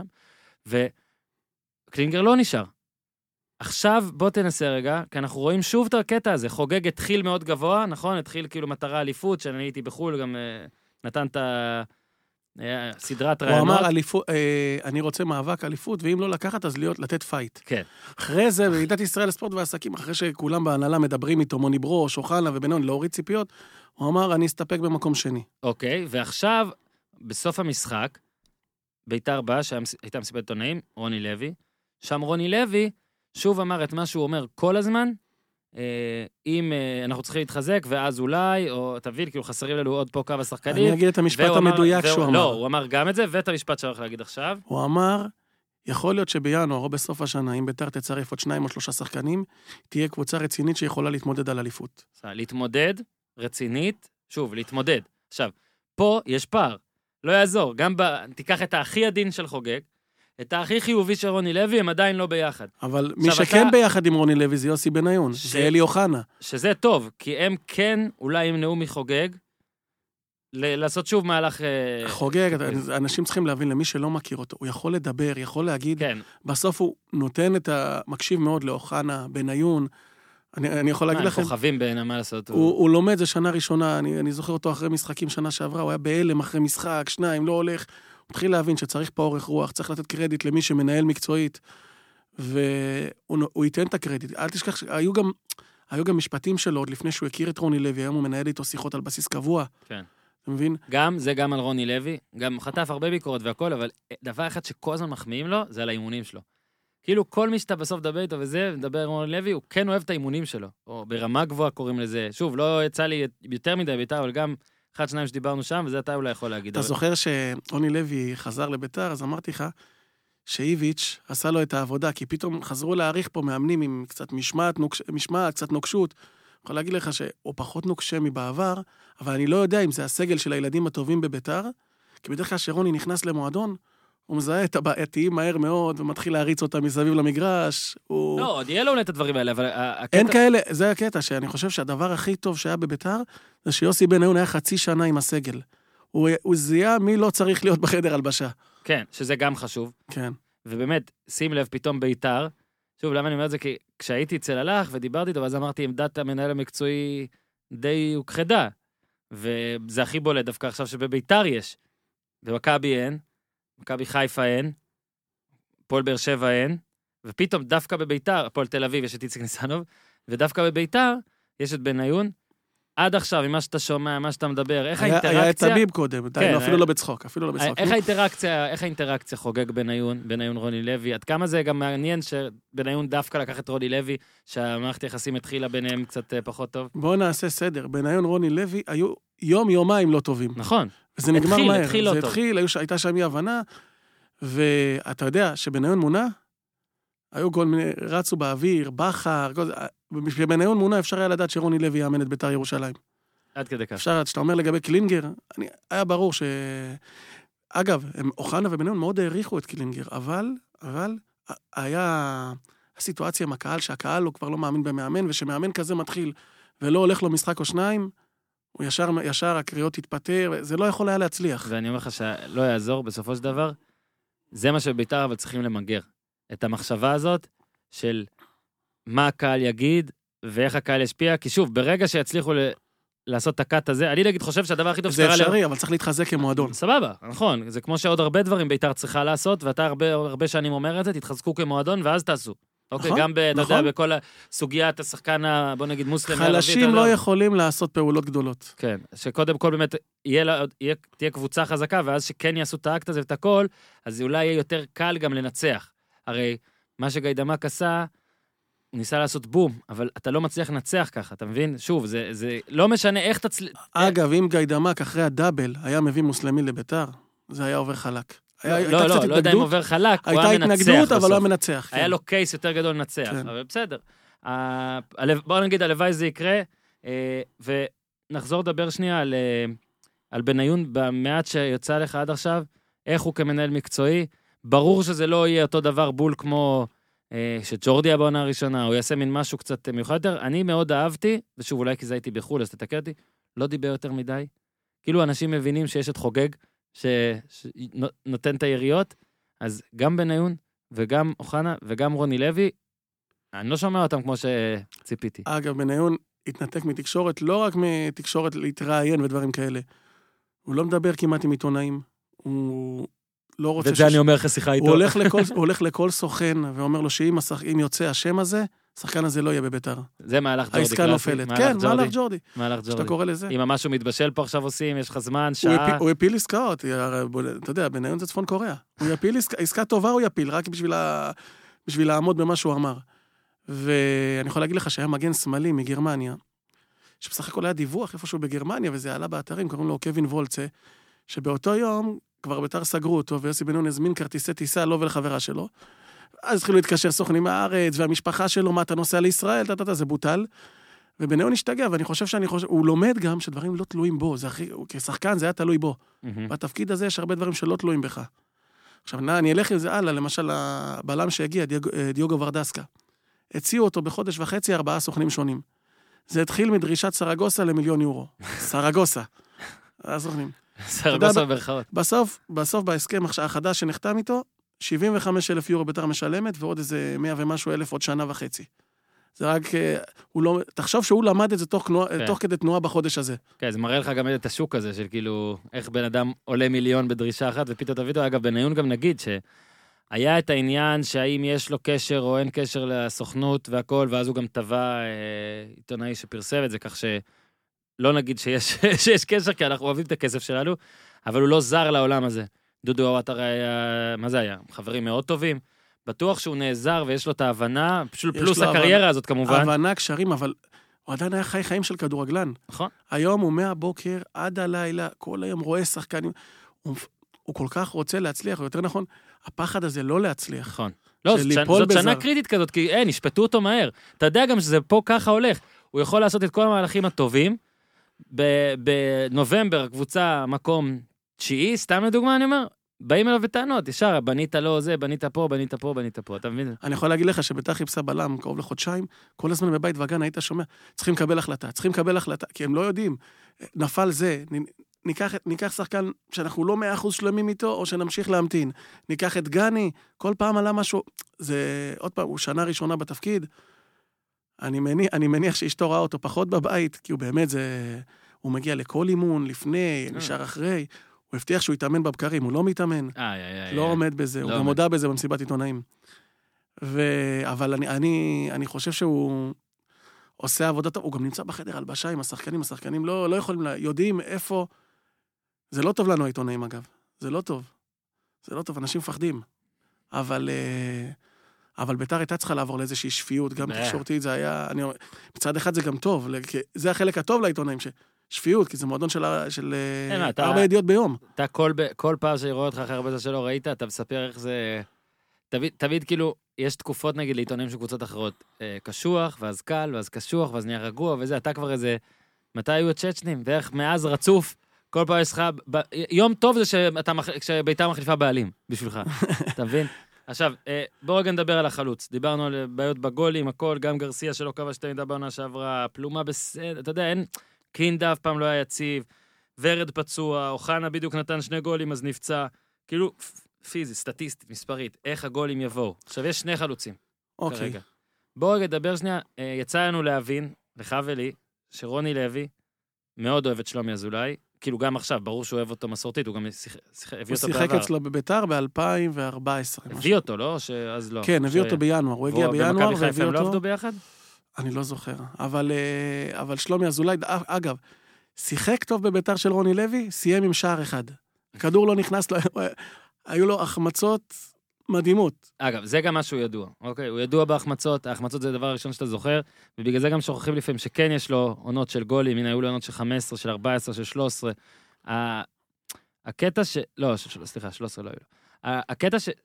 וקלינגר לא נשאר. עכשיו, בוא תנסה רגע, כי אנחנו רואים שוב את הקטע הזה, חוגג התחיל מאוד גבוה, נכון? התחיל כאילו מטרה אליפות, שאני הייתי בחול, גם נתן את סדרת רעיונות. הוא אמר, אליפות, אה, אני רוצה מאבק אליפות, ואם לא לקחת, אז להיות, לתת פייט. כן. אחרי זה, בוועידת ישראל לספורט ועסקים, אחרי שכולם בהנהלה מדברים איתו, מוני ברוש, אוחנה ובנון, להוריד ציפיות, הוא אמר, אני אסתפק במקום שני. אוקיי, ועכשיו, בסוף המשחק, ביתר בא, שהייתה מסיבת עיתונאים, רוני לוי, שם רוני לוי, שוב אמר את מה שהוא אומר כל הזמן, אם אנחנו צריכים להתחזק, ואז אולי, או תבין, כאילו חסרים לנו עוד פה קו השחקנים. אני אגיד את המשפט המדויק שהוא אמר. לא, הוא אמר גם את זה, ואת המשפט שהולך להגיד עכשיו. הוא אמר, יכול להיות שבינואר או בסוף השנה, אם ביתר תצרף עוד שניים או שלושה שחקנים, תהיה קבוצה רצינית שיכולה להתמודד על אליפות. להתמודד, רצינית, שוב, להתמודד. עכשיו, פה יש פער, לא יעזור, גם ב... תיקח את הכי עדין של חוגג, את הכי חיובי של רוני לוי, הם עדיין לא ביחד. אבל מי שכן ביחד עם רוני לוי זה יוסי בניון, זה אלי אוחנה. שזה טוב, כי הם כן אולי ימנעו מחוגג, לעשות שוב מהלך... חוגג, אנשים צריכים להבין למי שלא מכיר אותו, הוא יכול לדבר, יכול להגיד, בסוף הוא נותן את המקשיב מאוד לאוחנה, בניון, אני יכול להגיד לכם... כוכבים בעינה, מה לעשות? הוא לומד, זה שנה ראשונה, אני זוכר אותו אחרי משחקים שנה שעברה, הוא היה בהלם אחרי משחק, שניים, לא הולך... הוא התחיל להבין שצריך פה אורך רוח, צריך לתת קרדיט למי שמנהל מקצועית, והוא ייתן את הקרדיט. אל תשכח שהיו גם, היו גם משפטים שלו, עוד לפני שהוא הכיר את רוני לוי, היום הוא מנהל איתו שיחות על בסיס קבוע. כן. אתה מבין? גם, זה גם על רוני לוי, גם חטף הרבה ביקורות והכל, אבל דבר אחד שכל הזמן מחמיאים לו, זה על האימונים שלו. כאילו כל מי שאתה בסוף מדבר איתו וזה, מדבר עם רוני לוי, הוא כן אוהב את האימונים שלו, או ברמה גבוהה קוראים לזה. שוב, לא יצא לי יותר מדי ביתר, אבל גם אחד, שניים שדיברנו שם, וזה אתה אולי יכול להגיד. אתה זוכר שרוני לוי חזר לביתר, אז אמרתי לך, שאיביץ' עשה לו את העבודה, כי פתאום חזרו להעריך פה מאמנים עם קצת משמעת, נוקש, משמעת, קצת נוקשות. אני יכול להגיד לך שהוא פחות נוקשה מבעבר, אבל אני לא יודע אם זה הסגל של הילדים הטובים בביתר, כי בדרך כלל שרוני נכנס למועדון, הוא מזהה את הבעייתיים מהר מאוד, ומתחיל להריץ אותם מסביב למגרש. הוא... לא, עוד יהיה לו את הדברים האלה, אבל הקטע... אין כאלה, זה הקטע שאני חושב שהדבר הכי טוב שהיה בביתר, זה שיוסי בניון היה חצי שנה עם הסגל. הוא, הוא זיהה מי לא צריך להיות בחדר הלבשה. כן, שזה גם חשוב. כן. ובאמת, שים לב, פתאום ביתר, שוב, למה אני אומר את זה? כי כשהייתי אצל הלך ודיברתי איתו, אז אמרתי, עמדת המנהל המקצועי די הוכחדה. וזה הכי בולט דווקא עכשיו שבביתר יש. במכבי אין, מכבי חיפה אין, פועל באר שבע אין, ופתאום דווקא בביתר, פועל תל אביב יש את איציק ניסנוב, ודווקא בביתר יש את בניון. עד עכשיו, עם מה שאתה שומע, מה שאתה מדבר, איך האינטראקציה... היה את טביב קודם, אפילו לא בצחוק, אפילו לא בצחוק. איך האינטראקציה, איך האינטראקציה חוגג בניון, בניון רוני לוי? עד כמה זה גם מעניין שבניון דווקא לקח את רוני לוי, שהמערכת יחסים התחילה ביניהם קצת פחות טוב? בואו נעשה סדר. בניון רוני לוי היו יום יומיים לא טובים. נכון. וזה נגמר מהר. התחיל לא טוב. זה התחיל, הייתה שם אי הבנה, ואתה יודע שבניון מונה, היו כל מיני, רצו באוויר, בחר, בניון מונה אפשר היה לדעת שרוני לוי יאמן את ביתר ירושלים. עד כדי כך. אפשר, שאתה אומר לגבי קלינגר, אני, היה ברור ש... אגב, הם, אוחנה ובניון מאוד העריכו את קלינגר, אבל, אבל, היה הסיטואציה עם הקהל, שהקהל הוא כבר לא מאמין במאמן, ושמאמן כזה מתחיל, ולא הולך לו משחק או שניים, הוא ישר, ישר הקריאות תתפטר, זה לא יכול היה להצליח. ואני אומר לך שלא יעזור בסופו של דבר, זה מה שביתר אבל צריכים למגר. את המחשבה הזאת של מה הקהל יגיד, ואיך הקהל ישפיע, כי שוב, ברגע שיצליחו ל... לעשות את הקאט הזה, אני נגיד חושב שהדבר הכי טוב זה אפשרי, ל... אבל צריך להתחזק כמועדון. סבבה, נכון, זה כמו שעוד הרבה דברים ביתר צריכה לעשות, ואתה הרבה, הרבה שנים אומר את זה, תתחזקו כמועדון, ואז תעשו. אוקיי, גם ב, אתה יודע, בכל סוגיית השחקן, בוא נגיד, מוסלמי, חלשים לא יכולים לעשות פעולות גדולות. כן, שקודם כל באמת תהיה קבוצה חזקה, ואז שכן יעשו את האקט הזה ואת הכל, אז אולי יהיה יותר קל גם לנצח. הרי מה שגיידמק עשה, הוא ניסה לעשות בום, אבל אתה לא מצליח לנצח ככה, אתה מבין? שוב, זה, זה לא משנה איך תצליח... אגב, אם גיידמק אחרי הדאבל היה מביא מוסלמי לביתר, זה היה עובר חלק. היה, לא, לא, לא יודע אם עובר חלק, הוא היה מנצח. הייתה התנגדות, אבל לא היה מנצח. היה לו קייס יותר גדול לנצח, אבל בסדר. בואו נגיד, הלוואי זה יקרה, ונחזור לדבר שנייה על בניון, במעט שיוצא לך עד עכשיו, איך הוא כמנהל מקצועי, ברור שזה לא יהיה אותו דבר בול כמו שג'ורדי הבעונה הראשונה, הוא יעשה מין משהו קצת מיוחד יותר. אני מאוד אהבתי, ושוב, אולי כי זה הייתי בחול, אז תתקן אותי, לא דיבר יותר מדי. כאילו אנשים מבינים שיש את חוגג, שנותן את היריות, אז גם בניון, וגם אוחנה, וגם רוני לוי, אני לא שומע אותם כמו שציפיתי. אגב, בניון התנתק מתקשורת, לא רק מתקשורת להתראיין ודברים כאלה. הוא לא מדבר כמעט עם עיתונאים. הוא לא רוצה... וזה אני אומר לך שיחה איתו. הוא הולך לכל, הוא הולך לכל סוכן, ואומר לו שאם אם יוצא השם הזה, השחקן הזה לא יהיה בביתר. זה מהלך ג'ורדי. העסקה נופלת. כן, מהלך ג'ורדי. מהלך ג'ורדי. שאתה קורא לזה. אם משהו מתבשל פה עכשיו עושים, יש לך זמן, שעה. הוא יפיל עסקאות, אתה יודע, בניון זה צפון קוריאה. הוא יפיל עסקה טובה, הוא יפיל, רק בשביל לעמוד במה שהוא אמר. ואני יכול להגיד לך שהיה מגן שמאלי מגרמניה, שבסך הכל היה דיווח איפשהו בגרמניה, וזה עלה באתרים, קוראים לו קווין וולצה, שבאותו יום כבר ביתר סגרו אותו, ויוסי בניון הזמין כרטיסי טיסה לו ולחברה שלו. אז התחילו להתקשר סוכנים מהארץ, והמשפחה שלו, מה אתה נוסע לישראל, תתת, זה בוטל. ובניון השתגע, ואני חושב שאני חושב, הוא לומד גם שדברים לא תלויים בו, זה הכי, כשחקן זה היה תלוי בו. בתפקיד הזה יש הרבה דברים שלא תלויים בך. עכשיו, אני אלך עם זה הלאה, למשל, הבלם שהגיע, דיוגו ורדסקה. הציעו אותו בחודש וחצי, ארבעה סוכנים שונים. זה התחיל מדרישת סרגוסה למיליון יורו. סרגוסה. הסוכנים. סרגוסה ברכאות. בסוף, בסוף בהסכם החדש שנחתם איתו, שבעים וחמישה אלף יורו ביתר משלמת, ועוד איזה מאה ומשהו אלף עוד שנה וחצי. זה רק, הוא לא, תחשוב שהוא למד את זה תוך, כן. תוך כדי תנועה בחודש הזה. כן, זה מראה לך גם את השוק הזה, של כאילו, איך בן אדם עולה מיליון בדרישה אחת, ופתאום תביאו, אגב, בניון גם נגיד שהיה את העניין שהאם יש לו קשר או אין קשר לסוכנות והכל, ואז הוא גם טבע אה, עיתונאי שפרסם את זה, כך שלא נגיד שיש, שיש קשר, כי אנחנו אוהבים את הכסף שלנו, אבל הוא לא זר לעולם הזה. דודו אוואטר היה, מה זה היה? חברים מאוד טובים. בטוח שהוא נעזר ויש לו את ההבנה, פלוס הקריירה הבנ... הזאת כמובן. הבנה קשרים, אבל הוא עדיין היה חי חיים של כדורגלן. נכון. היום הוא מהבוקר עד הלילה, כל היום רואה שחקנים. הוא, הוא כל כך רוצה להצליח, או יותר נכון, הפחד הזה לא להצליח. נכון. לא, זאת שנה קריטית כזאת, כי אין, נשפטו אותו מהר. אתה יודע גם שזה פה ככה הולך. הוא יכול לעשות את כל המהלכים הטובים. בנובמבר, הקבוצה, מקום תשיעי, סתם לדוגמה, אני אומר, באים אליו בטענות, ישר, בנית לא זה, בנית פה, בנית פה, בנית פה, אתה מבין? אני יכול להגיד לך שביתר חיפשה בלם, קרוב לחודשיים, כל הזמן בבית וגן היית שומע, צריכים לקבל החלטה, צריכים לקבל החלטה, כי הם לא יודעים, נפל זה, ניקח, ניקח שחקן שאנחנו לא מאה אחוז שלמים איתו, או שנמשיך להמתין. ניקח את גני, כל פעם עלה משהו, זה, עוד פעם, הוא שנה ראשונה בתפקיד, אני מניח, אני מניח שאשתו ראה אותו פחות בבית, כי הוא באמת זה, הוא מגיע לכל אימון, לפני, נשאר אחרי, הוא הבטיח שהוא יתאמן בבקרים, הוא לא מתאמן, לא עומד בזה, הוא גם הודע בזה במסיבת עיתונאים. אבל אני, אני, אני חושב שהוא עושה עבודה טוב, הוא גם נמצא בחדר הלבשה עם השחקנים, השחקנים לא, לא יכולים, יודעים איפה, זה לא טוב לנו העיתונאים אגב, זה לא טוב, זה לא טוב, אנשים מפחדים, אבל, אבל ביתר הייתה צריכה לעבור לאיזושהי שפיות, גם תקשורתית זה היה, אני, מצד אחד זה גם טוב, זה החלק הטוב לעיתונאים, שפיות, כי זה מועדון של ארבע ידיעות ביום. אתה כל פעם שאני רואה אותך אחרי הרבה שלא ראית, אתה מספר איך זה, תמיד כאילו, יש תקופות נגיד לעיתונאים של קבוצות אחרות, קשוח, ואז קל, ואז קשוח, ואז נהיה רגוע, וזה, אתה כבר איזה, מתי היו הצ'צ'נים, ואיך מאז רצוף, כל פעם יש לך, יום טוב זה שביתר מחליפה בעלים, בשבילך, אתה מבין? עכשיו, בואו רגע נדבר על החלוץ, דיברנו על בעיות בגולים, הכל, גם גרסיה שלא קבע שתי מידה בעונה שעברה, פלומה בסדר, אתה יודע, אין, קינדה אף פעם לא היה יציב, ורד פצוע, אוחנה בדיוק נתן שני גולים, אז נפצע, כאילו, פיזי, סטטיסטית, מספרית, איך הגולים יבואו. עכשיו, יש שני חלוצים, אוקיי. כרגע. בואו רגע, דבר שנייה, יצא לנו להבין, לך ולי, שרוני לוי מאוד אוהב את שלומי אזולאי, כאילו גם עכשיו, ברור שהוא אוהב אותו מסורתית, הוא גם הביא אותו בעבר. הוא שיחק אצלו בביתר ב-אלפיים וארבע עשרה. הביא אותו, לא? אז לא. כן, הביא אותו בינואר, הוא הגיע בינואר והביא אותו. לא עבדו ביחד? אני לא זוכר, אבל, אבל שלומי אזולאי, אגב, שיחק טוב בביתר של רוני לוי, סיים עם שער אחד. הכדור לא נכנס לו, היו לו החמצות מדהימות. אגב, זה גם משהו ידוע, אוקיי? הוא ידוע בהחמצות, ההחמצות זה הדבר הראשון שאתה זוכר, ובגלל זה גם שוכחים לפעמים שכן יש לו עונות של גולים, הנה היו לו עונות של חמש עשרה, של ארבע עשרה, של שלוש עשרה. הקטע ש... לא, סליחה, שלוש עשרה לא היו לו. הקטע ש...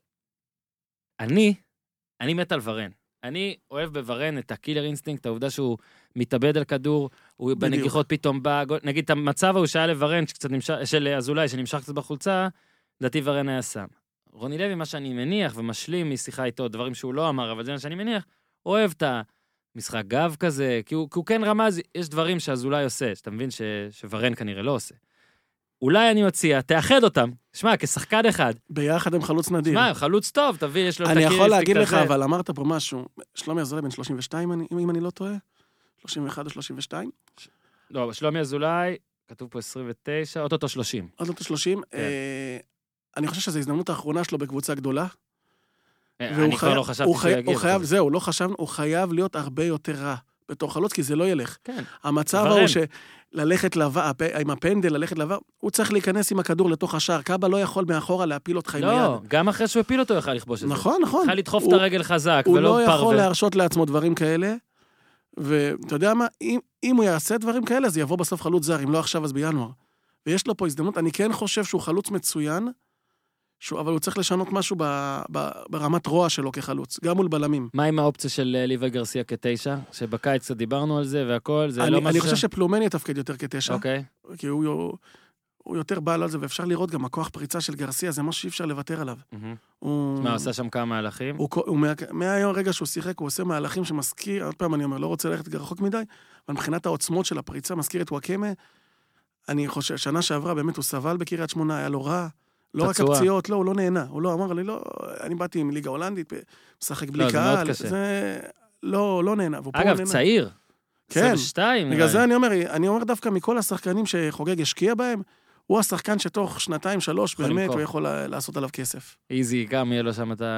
אני, אני מת על ורן. אני אוהב בוורן את הקילר אינסטינקט, העובדה שהוא מתאבד על כדור, הוא בדיוק. בנגיחות פתאום בא, נגיד את המצב הוא שהיה לוורן, נמשך, של אזולאי, שנמשך קצת בחולצה, דעתי וורן היה שם. רוני לוי, מה שאני מניח, ומשלים משיחה איתו, דברים שהוא לא אמר, אבל זה מה שאני מניח, אוהב את המשחק גב כזה, כי הוא, כי הוא כן רמז, יש דברים שאזולאי עושה, שאתה מבין ש, שוורן כנראה לא עושה. אולי אני מציע, תאחד אותם, שמע, כשחקן אחד. ביחד הם חלוץ נדיר. שמע, חלוץ טוב, תבין, יש לו את אני יכול להגיד לך, אבל אמרת פה משהו, שלומי אזולאי בן שלושים ושתיים, אם אני לא טועה, שלושים ואחת או שלושים ושתיים? לא, שלומי אזולאי, כתוב פה עשרים ותשע, אוטוטו שלושים. אוטוטו שלושים, אני חושב שזו ההזדמנות האחרונה שלו בקבוצה גדולה. אני כבר לא חשבתי שהוא יגיע. זהו, לא חשבנו, הוא חייב להיות הרבה יותר רע בתור חלוץ, כי זה לא ילך. המצב הוא שללכת לבא, עם הפנדל, ללכת לבא, הוא צריך להיכנס עם הכדור לתוך השער. קאבה לא יכול מאחורה להפיל אותך עם היד. לא, גם אחרי שהוא הפיל אותו יכל לכבוש את זה. נכון, נכון. יכל לדחוף את הרגל חזק ולא פרווה. הוא לא יכול להרשות לעצמו דברים כאלה, ואתה יודע מה, אם הוא יעשה דברים כאלה, אז יבוא בסוף חלוץ זר, אם לא עכשיו, אז בינואר. ויש לו פה הזדמנות, אני כן חושב שהוא חלוץ מצוין, שהוא, אבל הוא צריך לשנות משהו ב, ב, ברמת רוע שלו כחלוץ, גם מול בלמים. מה עם האופציה של ליבי גרסיה כתשע? שבקיץ דיברנו על זה והכל, זה אני, לא משהו... אני חושב שפלומני יתפקד יותר כתשע. אוקיי. כי הוא, הוא יותר בעל על זה, ואפשר לראות גם הכוח פריצה של גרסיה, זה משהו שאי אפשר לוותר עליו. Mm-hmm. הוא... מה, עושה שם כמה מהלכים? הוא, הוא, מה, מהיום רגע שהוא שיחק, הוא עושה מהלכים שמזכיר, עוד פעם אני אומר, לא רוצה ללכת רחוק מדי, אבל מבחינת העוצמות של הפריצה, מזכיר את וואקמה, אני חושב, שנה שעברה באמת הוא סבל בקריית שמונה, היה לו רע, לא רק הפציעות, לא, הוא לא נהנה, הוא לא אמר לי, לא, אני באתי עם ליגה הולנדית, משחק בלי קהל, זה לא, לא נהנה. אגב, צעיר. כן, שתיים, בגלל זה אני אומר, אני אומר דווקא מכל השחקנים שחוגג השקיע בהם, הוא השחקן שתוך שנתיים, שלוש, באמת הוא יכול לעשות עליו כסף. איזי, גם יהיה לו שם את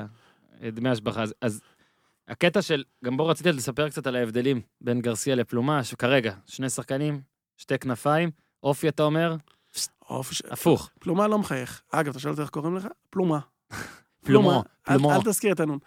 דמי השבחה. אז הקטע של, גם בו רציתי לספר קצת על ההבדלים בין גרסיה לפלומה, שכרגע, שני שחקנים, שתי כנפיים, אופי אתה אומר, הפוך. פלומה לא מחייך. אגב, אתה שואל איך קוראים לך? פלומה. פלומה. אל תזכיר את הנון.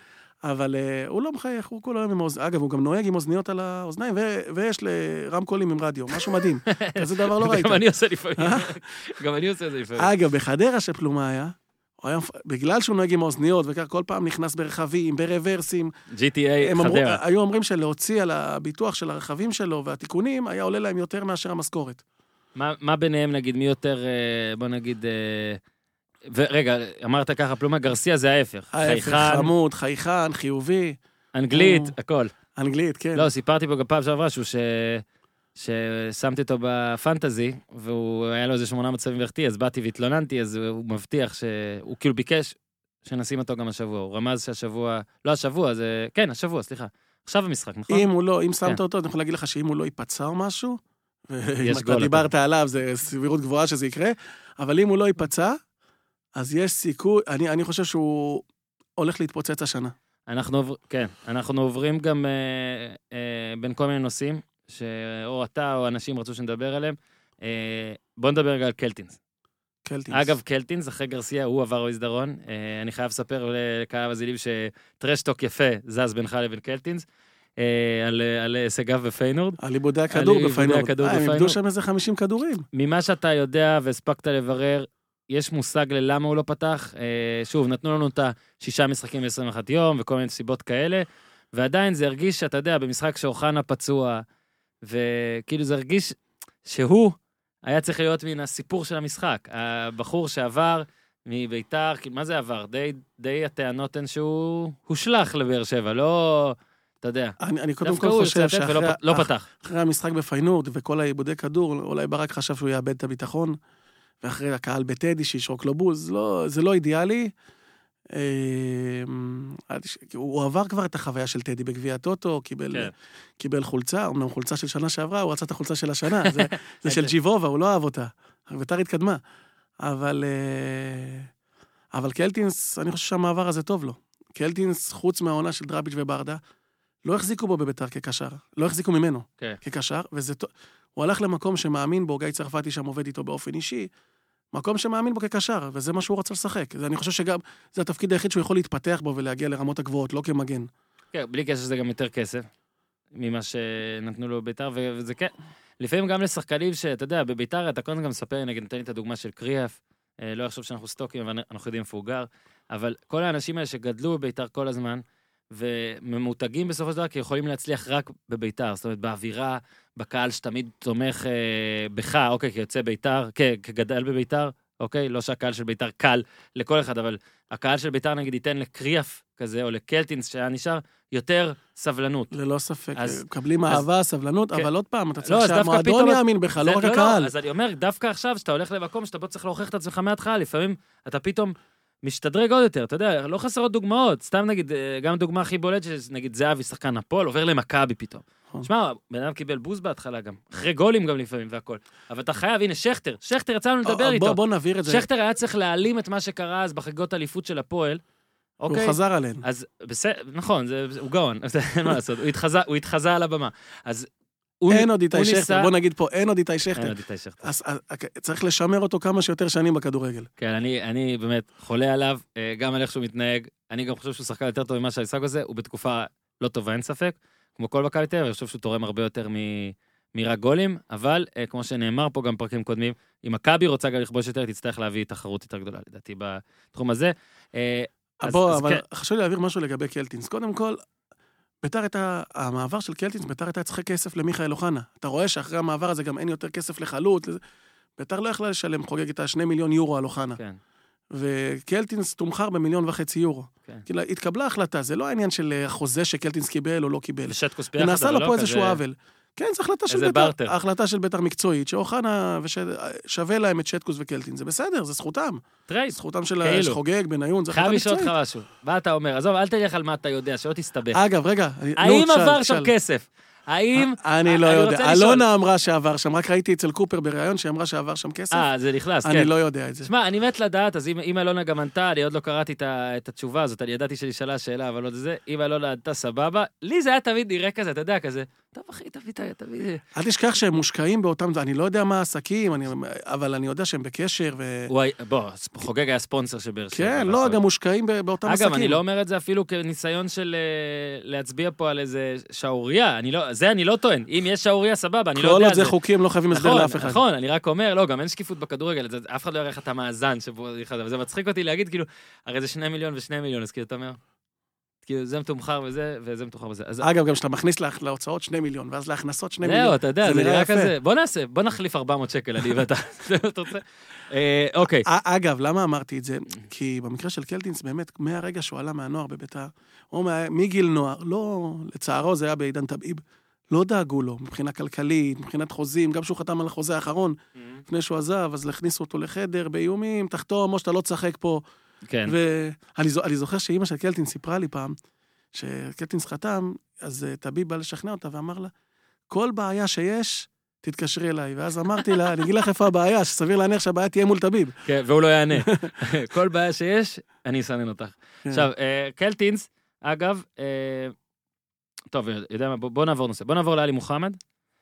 אבל uh, הוא לא מחייך, הוא כל היום עם האוזניים. אגב, הוא גם נוהג עם אוזניות על האוזניים, ו- ויש לרמקולים עם רדיו, משהו מדהים. כזה דבר לא ראית. גם אני עושה לפעמים. גם אני עושה את זה לפעמים. אגב, בחדרה שפלומה היה, הוא היה, בגלל שהוא נוהג עם האוזניות, וכך כל פעם נכנס ברכבים, ברוורסים. ג'י טי איי הם חדרה. אמרו, היו אומרים שלהוציא על הביטוח של הרכבים שלו והתיקונים, היה עולה להם יותר מאשר המשכורת. מה, מה ביניהם, נגיד, מי יותר, בוא נגיד, ורגע, אמרת ככה, פלומה, גרסיה זה ההפך. ההפך, חמוד, חייכן, חיובי. אנגלית, הכל. אנגלית, כן. לא, סיפרתי פה גם פעם שעברה שהוא ש... ששמתי אותו בפנטזי, והוא היה לו איזה שמונה מצבים ורתי, אז באתי והתלוננתי, אז הוא מבטיח שהוא כאילו ביקש שנשים אותו גם השבוע. הוא רמז שהשבוע, לא השבוע, זה, כן, השבוע, סליחה. עכשיו המשחק, נכון? אם הוא לא, אם שמת אותו, אני יכול להגיד לך שאם הוא לא ייפצע או משהו, ואם אתה דיברת עליו, זה סבירות גבוהה שזה יקרה, אבל אם הוא לא ייפצע, אז יש סיכוי, אני, אני חושב שהוא הולך להתפוצץ השנה. אנחנו, כן, אנחנו עוברים גם אה, אה, בין כל מיני נושאים, שאו אתה או אנשים רצו שנדבר עליהם. אה, בוא נדבר רגע על קלטינס. קלטינס. אגב, קלטינס, אחרי גרסיה, הוא עבר או הזדרון. אה, אני חייב לספר לקהל הזילים שטרשטוק יפה זז בינך לבין קלטינס, אה, על, על הישגיו בפיינורד. על עיבודי הכדור בפיינורד. הכדור אה, הם בפיינורד. איבדו שם איזה חמישים כדורים. ממה שאתה יודע והספקת לברר, יש מושג ללמה הוא לא פתח. אה, שוב, נתנו לנו את השישה משחקים ב-עשרים ואחד יום, וכל מיני סיבות כאלה, ועדיין זה הרגיש שאתה יודע, במשחק שאוחנה פצוע, וכאילו זה הרגיש שהוא היה צריך להיות מן הסיפור של המשחק. הבחור שעבר מביתר, מה זה עבר? די, די הטענות הן שהוא הושלח לבאר שבע, לא, אתה יודע. אני, אני קודם כל חושב שאחרי ולא, לא פתח. אחרי המשחק בפיינורד וכל העיבודי כדור, אולי ברק חשב שהוא יאבד את הביטחון, ואחרי הקהל בטדי שישרוק לו בוז, לא, זה לא אידיאלי. הוא עבר כבר את החוויה של טדי בגביע הטוטו, קיבל, קיבל חולצה, אומנם חולצה של שנה שעברה, הוא רצה את החולצה של השנה, זה, זה של ג'יבובה, הוא לא אהב אותה, ביתר התקדמה. אבל, אבל קלטינס, אני חושב שהמעבר הזה טוב לו. קלטינס, חוץ מהעונה של דראביץ' וברדה, לא החזיקו בו בביתר כקשר, לא החזיקו ממנו כקשר, וזה טוב. הוא הלך למקום שמאמין בו, גיא צרפתי שם עובד איתו באופן אישי, מקום שמאמין בו כקשר, וזה מה שהוא רצה לשחק. אני חושב שגם, זה התפקיד היחיד שהוא יכול להתפתח בו ולהגיע לרמות הגבוהות, לא כמגן. כן, בלי קשר שזה גם יותר כסף, ממה שנתנו לו בביתר, וזה כן, לפעמים גם לשחקנים שאתה יודע, בביתר אתה קודם גם מספר, נגיד, נתן לי את הדוגמה של קריאף, לא יחשוב שאנחנו סטוקים, אבל אנחנו יודעים איפה הוא גר, אבל כל האנשים האלה שגדלו בביתר כל הזמן, וממותגים בסופו של דבר, כי יכולים להצליח רק בביתר, זאת אומרת, באווירה, בקהל שתמיד תומך אה, בך, אוקיי, כיוצא ביתר, כ- כגדל בביתר, אוקיי, לא שהקהל של ביתר קל לכל אחד, אבל הקהל של ביתר נגיד ייתן לקריאף כזה, או לקלטינס שהיה נשאר, יותר סבלנות. ללא ספק, אז, מקבלים אז, אהבה, סבלנות, כן. אבל עוד פעם, אתה צריך לא, שהמועדון יאמין בך, לא רק לא, הקהל. לא, אז אני אומר, דווקא עכשיו, שאתה הולך למקום, שאתה בוא צריך להוכיח את עצמך מההתחלה, לפעמים אתה פתאום משתדרג עוד יותר, אתה יודע, לא חסרות דוגמאות, סתם נגיד, גם דוגמה הכי בולט, שנגיד זהבי שחקן הפועל, עובר למכבי פתאום. תשמע, בן אדם קיבל בוז בהתחלה גם, אחרי גולים גם לפעמים והכל, אבל אתה חייב, הנה שכתר, שכתר יצא לנו לדבר איתו. בוא נעביר את זה. שכתר היה צריך להעלים את מה שקרה אז בחגיגות אליפות של הפועל, הוא חזר עליהם. אז בסדר, נכון, הוא גאון, אין מה לעשות, הוא התחזה על הבמה. אז אין עוד איתי שכתר, בוא נגיד פה, אין עוד איתי שכתר. אין עוד איתי שכתר. אז צריך לשמר אותו כמה שיותר שנים בכדורגל. כן, אני באמת חולה עליו, גם על איך שהוא מתנהג, אני גם חושב שהוא שחקן יותר טוב ממה שהמשחק הזה, הוא בתקופה לא טובה, אין ספק, כמו כל מכבי תל אביב, אני חושב שהוא תורם הרבה יותר מרק גולים, אבל כמו שנאמר פה גם פרקים קודמים, אם מכבי רוצה גם לכבוש יותר, תצטרך להביא תחרות יותר גדולה, לדעתי, בתחום הזה. בוא, אבל חשוב לי להעביר משהו לגבי קלטינס. קודם כל, ביתר הייתה, המעבר של קלטינס, ביתר הייתה צריכה כסף למיכאל אוחנה. אתה רואה שאחרי המעבר הזה גם אין יותר כסף לחלוט. ביתר לא יכלה לשלם, חוגג את השני מיליון יורו על אוחנה. כן. וקלטינס תומחר במיליון וחצי יורו. כן. כאילו, התקבלה החלטה, זה לא העניין של החוזה שקלטינס קיבל או לא קיבל. ושטקוס ביחד, ונעשה לו פה איזשהו עוול. כן, זו החלטה של ביתר. ההחלטה של ביתר מקצועית, שאוחנה שווה להם את שטקוס וקלטינס. זה בסדר, זה זכותם. טרייד. זכותם של חוגג, בניון, זה החלטה מקצועית. חייב לשאול אותך משהו. מה אתה אומר? עזוב, אל תלך על מה אתה יודע, שלא תסתבך. אגב, רגע. האם עבר שם כסף? האם... אני לא יודע. אלונה אמרה שעבר שם, רק ראיתי אצל קופר בריאיון שאמרה שעבר שם כסף. אה, זה נכנס, כן. אני לא יודע את זה. שמע, אני מת לדעת, אז אם אלונה גם ענתה, אני עוד לא קראתי את התשובה הזאת, אני ידעתי שנשאלה השאלה, אבל לא זה, אם אלונה ענתה סבבה, לי זה היה תמיד נראה כזה, אתה יודע, כזה, טוב אחי, תביא, תביא. אל תשכח שהם מושקעים באותם, אני לא יודע מה העסקים, אבל אני יודע שהם בקשר ו... בוא, חוגג היה ספונסר של באר שבע. כן, לא, גם מושקעים באותם עסקים. אגב, אני לא אומר את זה אפילו כניסיון של להצביע פה על איזה שעוריה, זה אני לא טוען. אם יש שעוריה, סבבה, אני לא יודע. כל עוד זה חוקים, לא חייבים הסבר לאף אחד. נכון, אני רק אומר, לא, גם אין שקיפות בכדורגל, אף אחד לא יראה לך את המאזן שבו, וזה מצחיק אותי להגיד, כאילו, הרי זה שני מיליון ושני מיליון, אז כאילו, אתה אומר, כאילו, זה מתומחר וזה, וזה מתומחר וזה. אגב, גם שאתה מכניס להוצאות שני מיליון, ואז להכנסות שני מיליון. זהו, אתה יודע, זה נראה כזה, בוא נעשה, בוא נחליף ארבע מאות שקל, אני ואתה, אתה רוצה? אוקיי. אגב, למה אמרתי את זה? כי במקרה של קלטינס, באמת, מהרגע שהוא עלה מהנוער בביתר, או מגיל נוער, לא, לצערו זה היה בעידן טביב, לא דאגו לו, מבחינה כלכלית, מבחינת חוזים, גם שהוא חתם על החוזה האחרון, לפני שהוא עזב, אז להכניס אותו לחדר, באיומים, תחתום, או שאתה לא תשחק פה. כן. ואני זוכר שאימא של קלטינס סיפרה לי פעם, שקלטינס חתם, אז טביב בא לשכנע אותה ואמר לה, כל בעיה שיש, תתקשרי אליי. ואז אמרתי לה, אני אגיד לך איפה הבעיה, שסביר להניח שהבעיה תהיה מול טביב. כן, והוא לא יענה. כל בעיה שיש, אני אסנן אותך. עכשיו, קלטינס, אגב, טוב, יודע מה, בוא נעבור נושא. בוא נעבור לאלי מוחמד,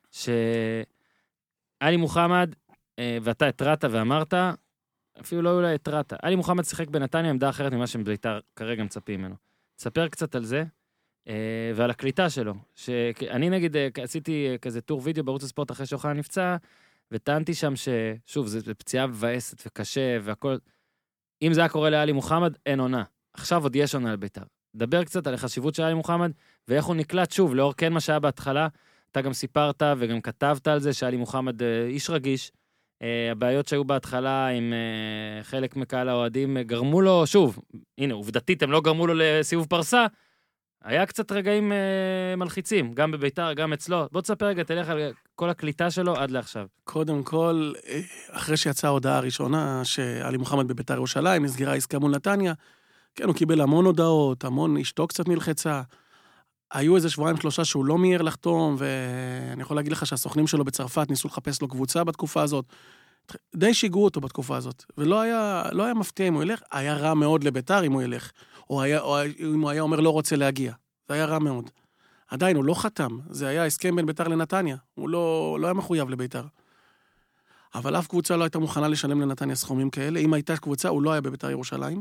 שאלי מוחמד, ואתה התרעת ואמרת, אפילו לא אולי התרעת, אלי מוחמד שיחק בנתניה עמדה אחרת ממה שהם בית"ר כרגע מצפים ממנו. תספר קצת על זה, ועל הקליטה שלו. שאני נגיד, עשיתי כזה טור וידאו בערוץ הספורט אחרי שאוחנה נפצע, וטענתי שם ששוב, זו פציעה מבאסת וקשה והכל. אם זה היה קורה לאלי מוחמד, אין עונה. עכשיו עוד יש עונה על בית"ר. דבר קצת על החשיבות של אלי מוחמד, ואיך הוא נקלט שוב, לאור כן מה שהיה בהתחלה, אתה גם סיפרת וגם כתבת על זה שאלי מוחמד איש רגיש, הבעיות שהיו בהתחלה עם חלק מקהל האוהדים גרמו לו, שוב, הנה, עובדתית הם לא גרמו לו לסיבוב פרסה, היה קצת רגעים מלחיצים, גם בביתר, גם אצלו. בוא תספר רגע, תלך על כל הקליטה שלו עד לעכשיו. קודם כל, אחרי שיצאה ההודעה הראשונה שאלי מוחמד בביתר ירושלים, נסגרה עסקה מול נתניה, כן, הוא קיבל המון הודעות, המון, אשתו קצת נלחצה, היו איזה שבועיים שלושה שהוא לא מיהר לחתום, ואני יכול להגיד לך שהסוכנים שלו בצרפת ניסו לחפש לו קבוצה בתקופה הזאת, די שיגעו אותו בתקופה הזאת, ולא היה, לא היה מפתיע אם הוא ילך, היה רע מאוד לביתר אם הוא ילך, או, היה, או אם הוא היה אומר לא רוצה להגיע, זה היה רע מאוד. עדיין הוא לא חתם, זה היה הסכם בין ביתר לנתניה, הוא לא, לא היה מחויב לביתר. אבל אף קבוצה לא הייתה מוכנה לשלם לנתניה סכומים כאלה, אם הייתה קבוצה הוא לא היה בביתר ירושלים,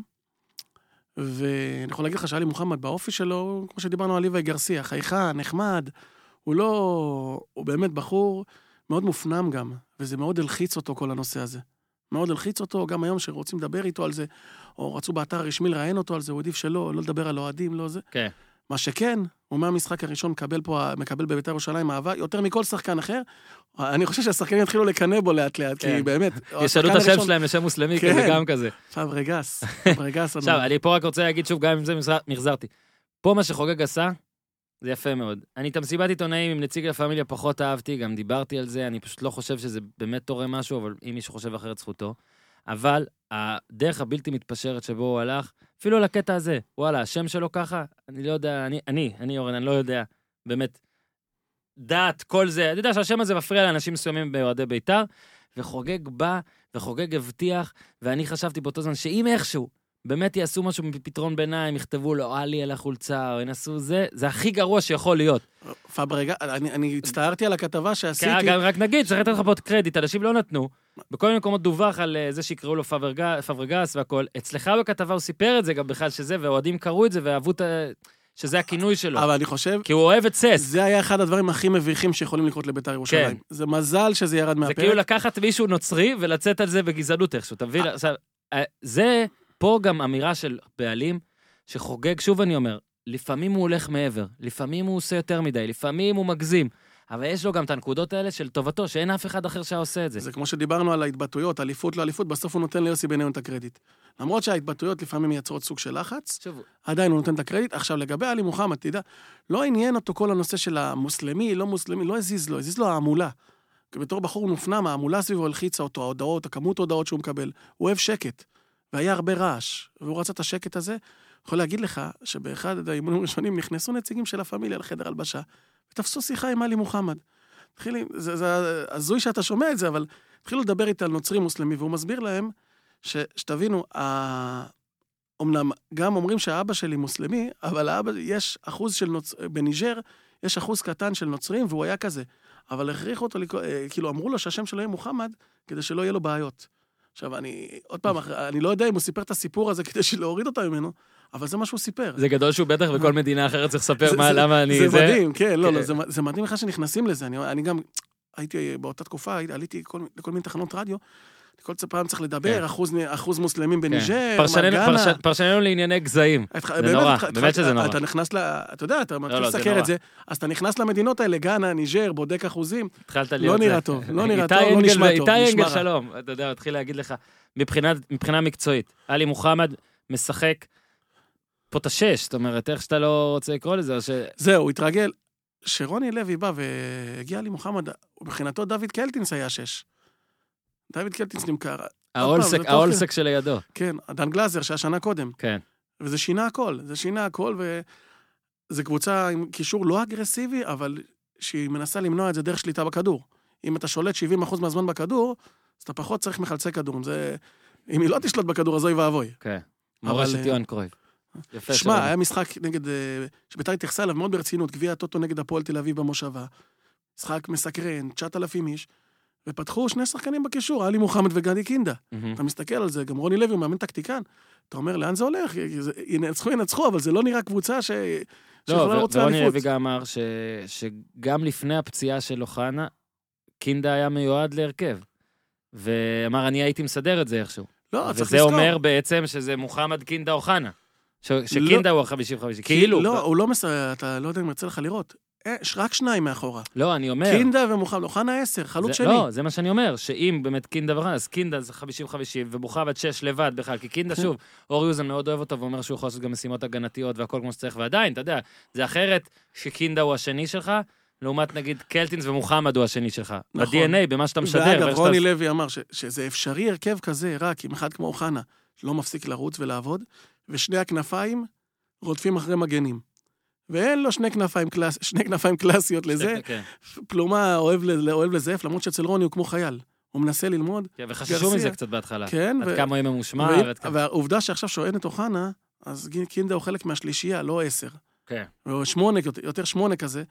ואני יכול להגיד לך שאלי מוחמד באופי שלו, כמו שדיברנו על ליווי גרסיה, חייכה, נחמד, הוא לא, הוא באמת בחור מאוד מופנם גם, וזה מאוד הלחיץ אותו כל הנושא הזה. מאוד הלחיץ אותו, גם היום שרוצים לדבר איתו על זה, או רצו באתר הרשמי לראיין אותו על זה, הוא עדיף שלא, לא לדבר על אוהדים, לא זה. כן. מה שכן, הוא מהמשחק הראשון מקבל פה, מקבל בביתר ירושלים אהבה, יותר מכל שחקן אחר, אני חושב שהשחקנים יתחילו לקנא בו לאט לאט, כי באמת... ישנו את השם שלהם לשם מוסלמי, כזה גם כזה. פאברגס, פאברגס. עכשיו, אני פה רק רוצה להגיד שוב, גם אם זה מחזרתי. פה מה שחוגג עשה, זה יפה מאוד. אני את המסיבת עיתונאים עם נציג לפמיליה פחות אהבתי, גם דיברתי על זה, אני פשוט לא חושב שזה באמת תורם משהו, אבל אם מישהו חושב אחרת זכותו. אבל הדרך הבלתי מתפשרת שבו הוא הלך, אפילו לקטע הזה, וואלה, השם שלו ככה, אני לא יודע, אני, אני, אני אורן, אני לא יודע, באמת, דעת, כל זה, אני יודע שהשם הזה מפריע לאנשים מסוימים באוהדי בית"ר, וחוגג בא, וחוגג הבטיח, ואני חשבתי באותו זמן שאם איכשהו, באמת יעשו משהו מפתרון ביניים, יכתבו לו, עלי על החולצה, או ינסו זה, זה הכי גרוע שיכול להיות. פאברגס, אני, אני הצטערתי על הכתבה שעשיתי. כן, רק נגיד, צריך לתת לך פה קרדיט, אנשים לא נתנו, בכל מיני מקומות דווח על זה שיקראו לו פאברגס והכל, אצלך בכתבה הוא סיפר את זה גם בכלל שזה, והאוהדים קראו את זה, ואהבו שזה הכינוי שלו. אבל אני חושב... כי הוא אוהב את סס. זה היה אחד הדברים הכי מביכים שיכולים לקרות לבית"ר ירושלים. זה מזל שזה ירד מהפרק. זה כאילו לקחת מישהו נוצרי ולצאת על זה בגזענות איכשהו, תבין? זה פה גם אמירה של בעלים שחוגג, שוב אני אומר, לפעמים הוא הולך מעבר, לפעמים הוא עושה יותר מדי, לפעמים הוא מגזים, אבל יש לו גם את הנקודות האלה של טובתו, שאין אף אחד אחר שעושה את זה. זה כמו שדיברנו על ההתבטאויות, אליפות לא אליפות, בסוף הוא נותן ליוסי בניון את הקרדיט. למרות שההתבטאויות לפעמים מייצרות סוג של לחץ, שוב. עדיין הוא נותן את הקרדיט. עכשיו, לגבי אלי מוחמד, תדע, לא עניין אותו כל הנושא של המוסלמי, לא מוסלמי, לא הזיז לו, הזיז לו העמולה. כי בתור בחור מופנם, העמולה סביבו הלחיצה אותו, ההודעות, הכמות ההודעות שהוא מקבל, הוא אוהב שקט, והיה הרבה רעש, והוא רצה את השקט הזה. יכול להגיד לך שבאחד האימונים הראשונים נכנסו נציגים של הפמיליה לחדר הלבשה, ותפסו שיחה עם עלי מוחמד. התחילים, זה, זה הזוי שאתה שומע את זה, אבל התחילו לדבר איתה על נוצרי מוסלמי, והוא מסביר להם ש, שתבינו, ה... אמנם גם אומרים שהאבא שלי מוסלמי, אבל האבא, יש אחוז של נוצ... בניג'ר, יש אחוז קטן של נוצרים, והוא היה כזה. אבל הכריחו אותו, כאילו אמרו לו שהשם שלו יהיה מוחמד, כדי שלא יהיה לו בעיות. עכשיו, אני, עוד פעם, אני לא יודע אם הוא סיפר את הסיפור הזה כדי להוריד אותה ממנו, אבל זה מה שהוא סיפר. זה גדול שהוא בטח בכל מדינה אחרת צריך לספר מה, למה אני... זה מדהים, כן, לא, זה מדהים לך שנכנסים לזה. אני גם, הייתי באותה תקופה, עליתי לכל מיני תחנות רדיו, כל פעם צריך לדבר, אחוז מוסלמים בניג'ר, מרגנה. פרשננו לענייני גזעים. זה נורא, באמת שזה נורא. אתה נכנס ל... אתה יודע, אתה מתחיל לסקר את זה, אז אתה נכנס למדינות האלה, גאנה, ניג'ר, בודק אחוזים. לא נראה טוב, לא נראה טוב, לא נשמע טוב. איתי אנגל שלום, אתה יודע, התחיל להגיד לך, מבחינה מקצועית, עלי מוחמד משחק פה את השש, זאת אומרת, איך שאתה לא רוצה לקרוא לזה, או ש... זהו, הוא התרגל. שרוני לוי בא והגיע עלי מוחמד, מבחינתו דוד קלטינס היה שש. דוד קלטינס נמכר. האולסק של לידו. כן, דן גלאזר שהשנה קודם. כן. וזה שינה הכל, זה שינה הכל, וזה קבוצה עם קישור לא אגרסיבי, אבל שהיא מנסה למנוע את זה דרך שליטה בכדור. אם אתה שולט שבעים אחוז מהזמן בכדור, אז אתה פחות צריך מחלצי כדור. זה... אם היא לא תשלוט בכדור, אז אוי ואבוי. כן. מורשת יוהן קרויף. שמע, היה משחק נגד, שביתר התייחסה אליו מאוד ברצינות, גביע הטוטו נגד הפועל תל אביב במושבה. משחק מסקרן, תשעת אלפים איש, ופתחו שני שחקנים בקישור, עלי מוחמד וגדי קינדה. אתה מסתכל על זה, גם רוני לוי, הוא מאמן טקטיקן. אתה אומר, לאן זה הולך? ינצחו, ינצחו, אבל זה לא נראה קבוצה ש... לא, ורוני לוי גם אמר שגם לפני הפציעה של אוחנה, קינדה היה מיועד להרכב. ואמר, אני הייתי מסדר את זה איכשהו. לא, צריך וזה אומר בעצם שזה מוחמד קינדה אוחנה. שקינדה הוא החמישים חמישים. כאילו. לא, הוא לא מסדר, אתה לא יודע אם ירצה לך לראות. רק שניים מאחורה. לא, אני אומר... קינדה ומוחמד, אוחנה עשר, חלוץ שני. לא, זה מה שאני אומר, שאם באמת קינדה ואוחנה, אז קינדה זה חמישים חמישים, ומוחמד שש לבד בכלל, כי קינדה שוב, אור יוזן מאוד אוהב אותו, ואומר שהוא יכול לעשות גם משימות הגנתיות והכל כמו שצריך, ועדיין, אתה יודע, זה אחרת שקינדה הוא השני שלך, לעומת נגיד קלטינס ומוחמד הוא השני שלך. ב-די אן איי, במה שאתה משדר. ואגב, רוני לוי אמר שזה אפשרי הרכב כזה, רק עם אחד כמו אוחנה, לא מפסיק לרוץ ולעבוד, ושני הכנפיים רודפים אחרי מגנים. ואין לו שני כנפיים, קלאס, שני כנפיים קלאסיות לזה, פלומה אוהב, אוהב לזייף, למרות שאצל רוני הוא כמו חייל. הוא מנסה ללמוד. כן, וחששו מזה קצת בהתחלה. כן. עד כמה הוא ממושמע. והעובדה שעכשיו שואן את אוחנה, אז קינדה הוא חלק מהשלישייה, לא עשר. כן. או שמונה, יותר שמונה כזה.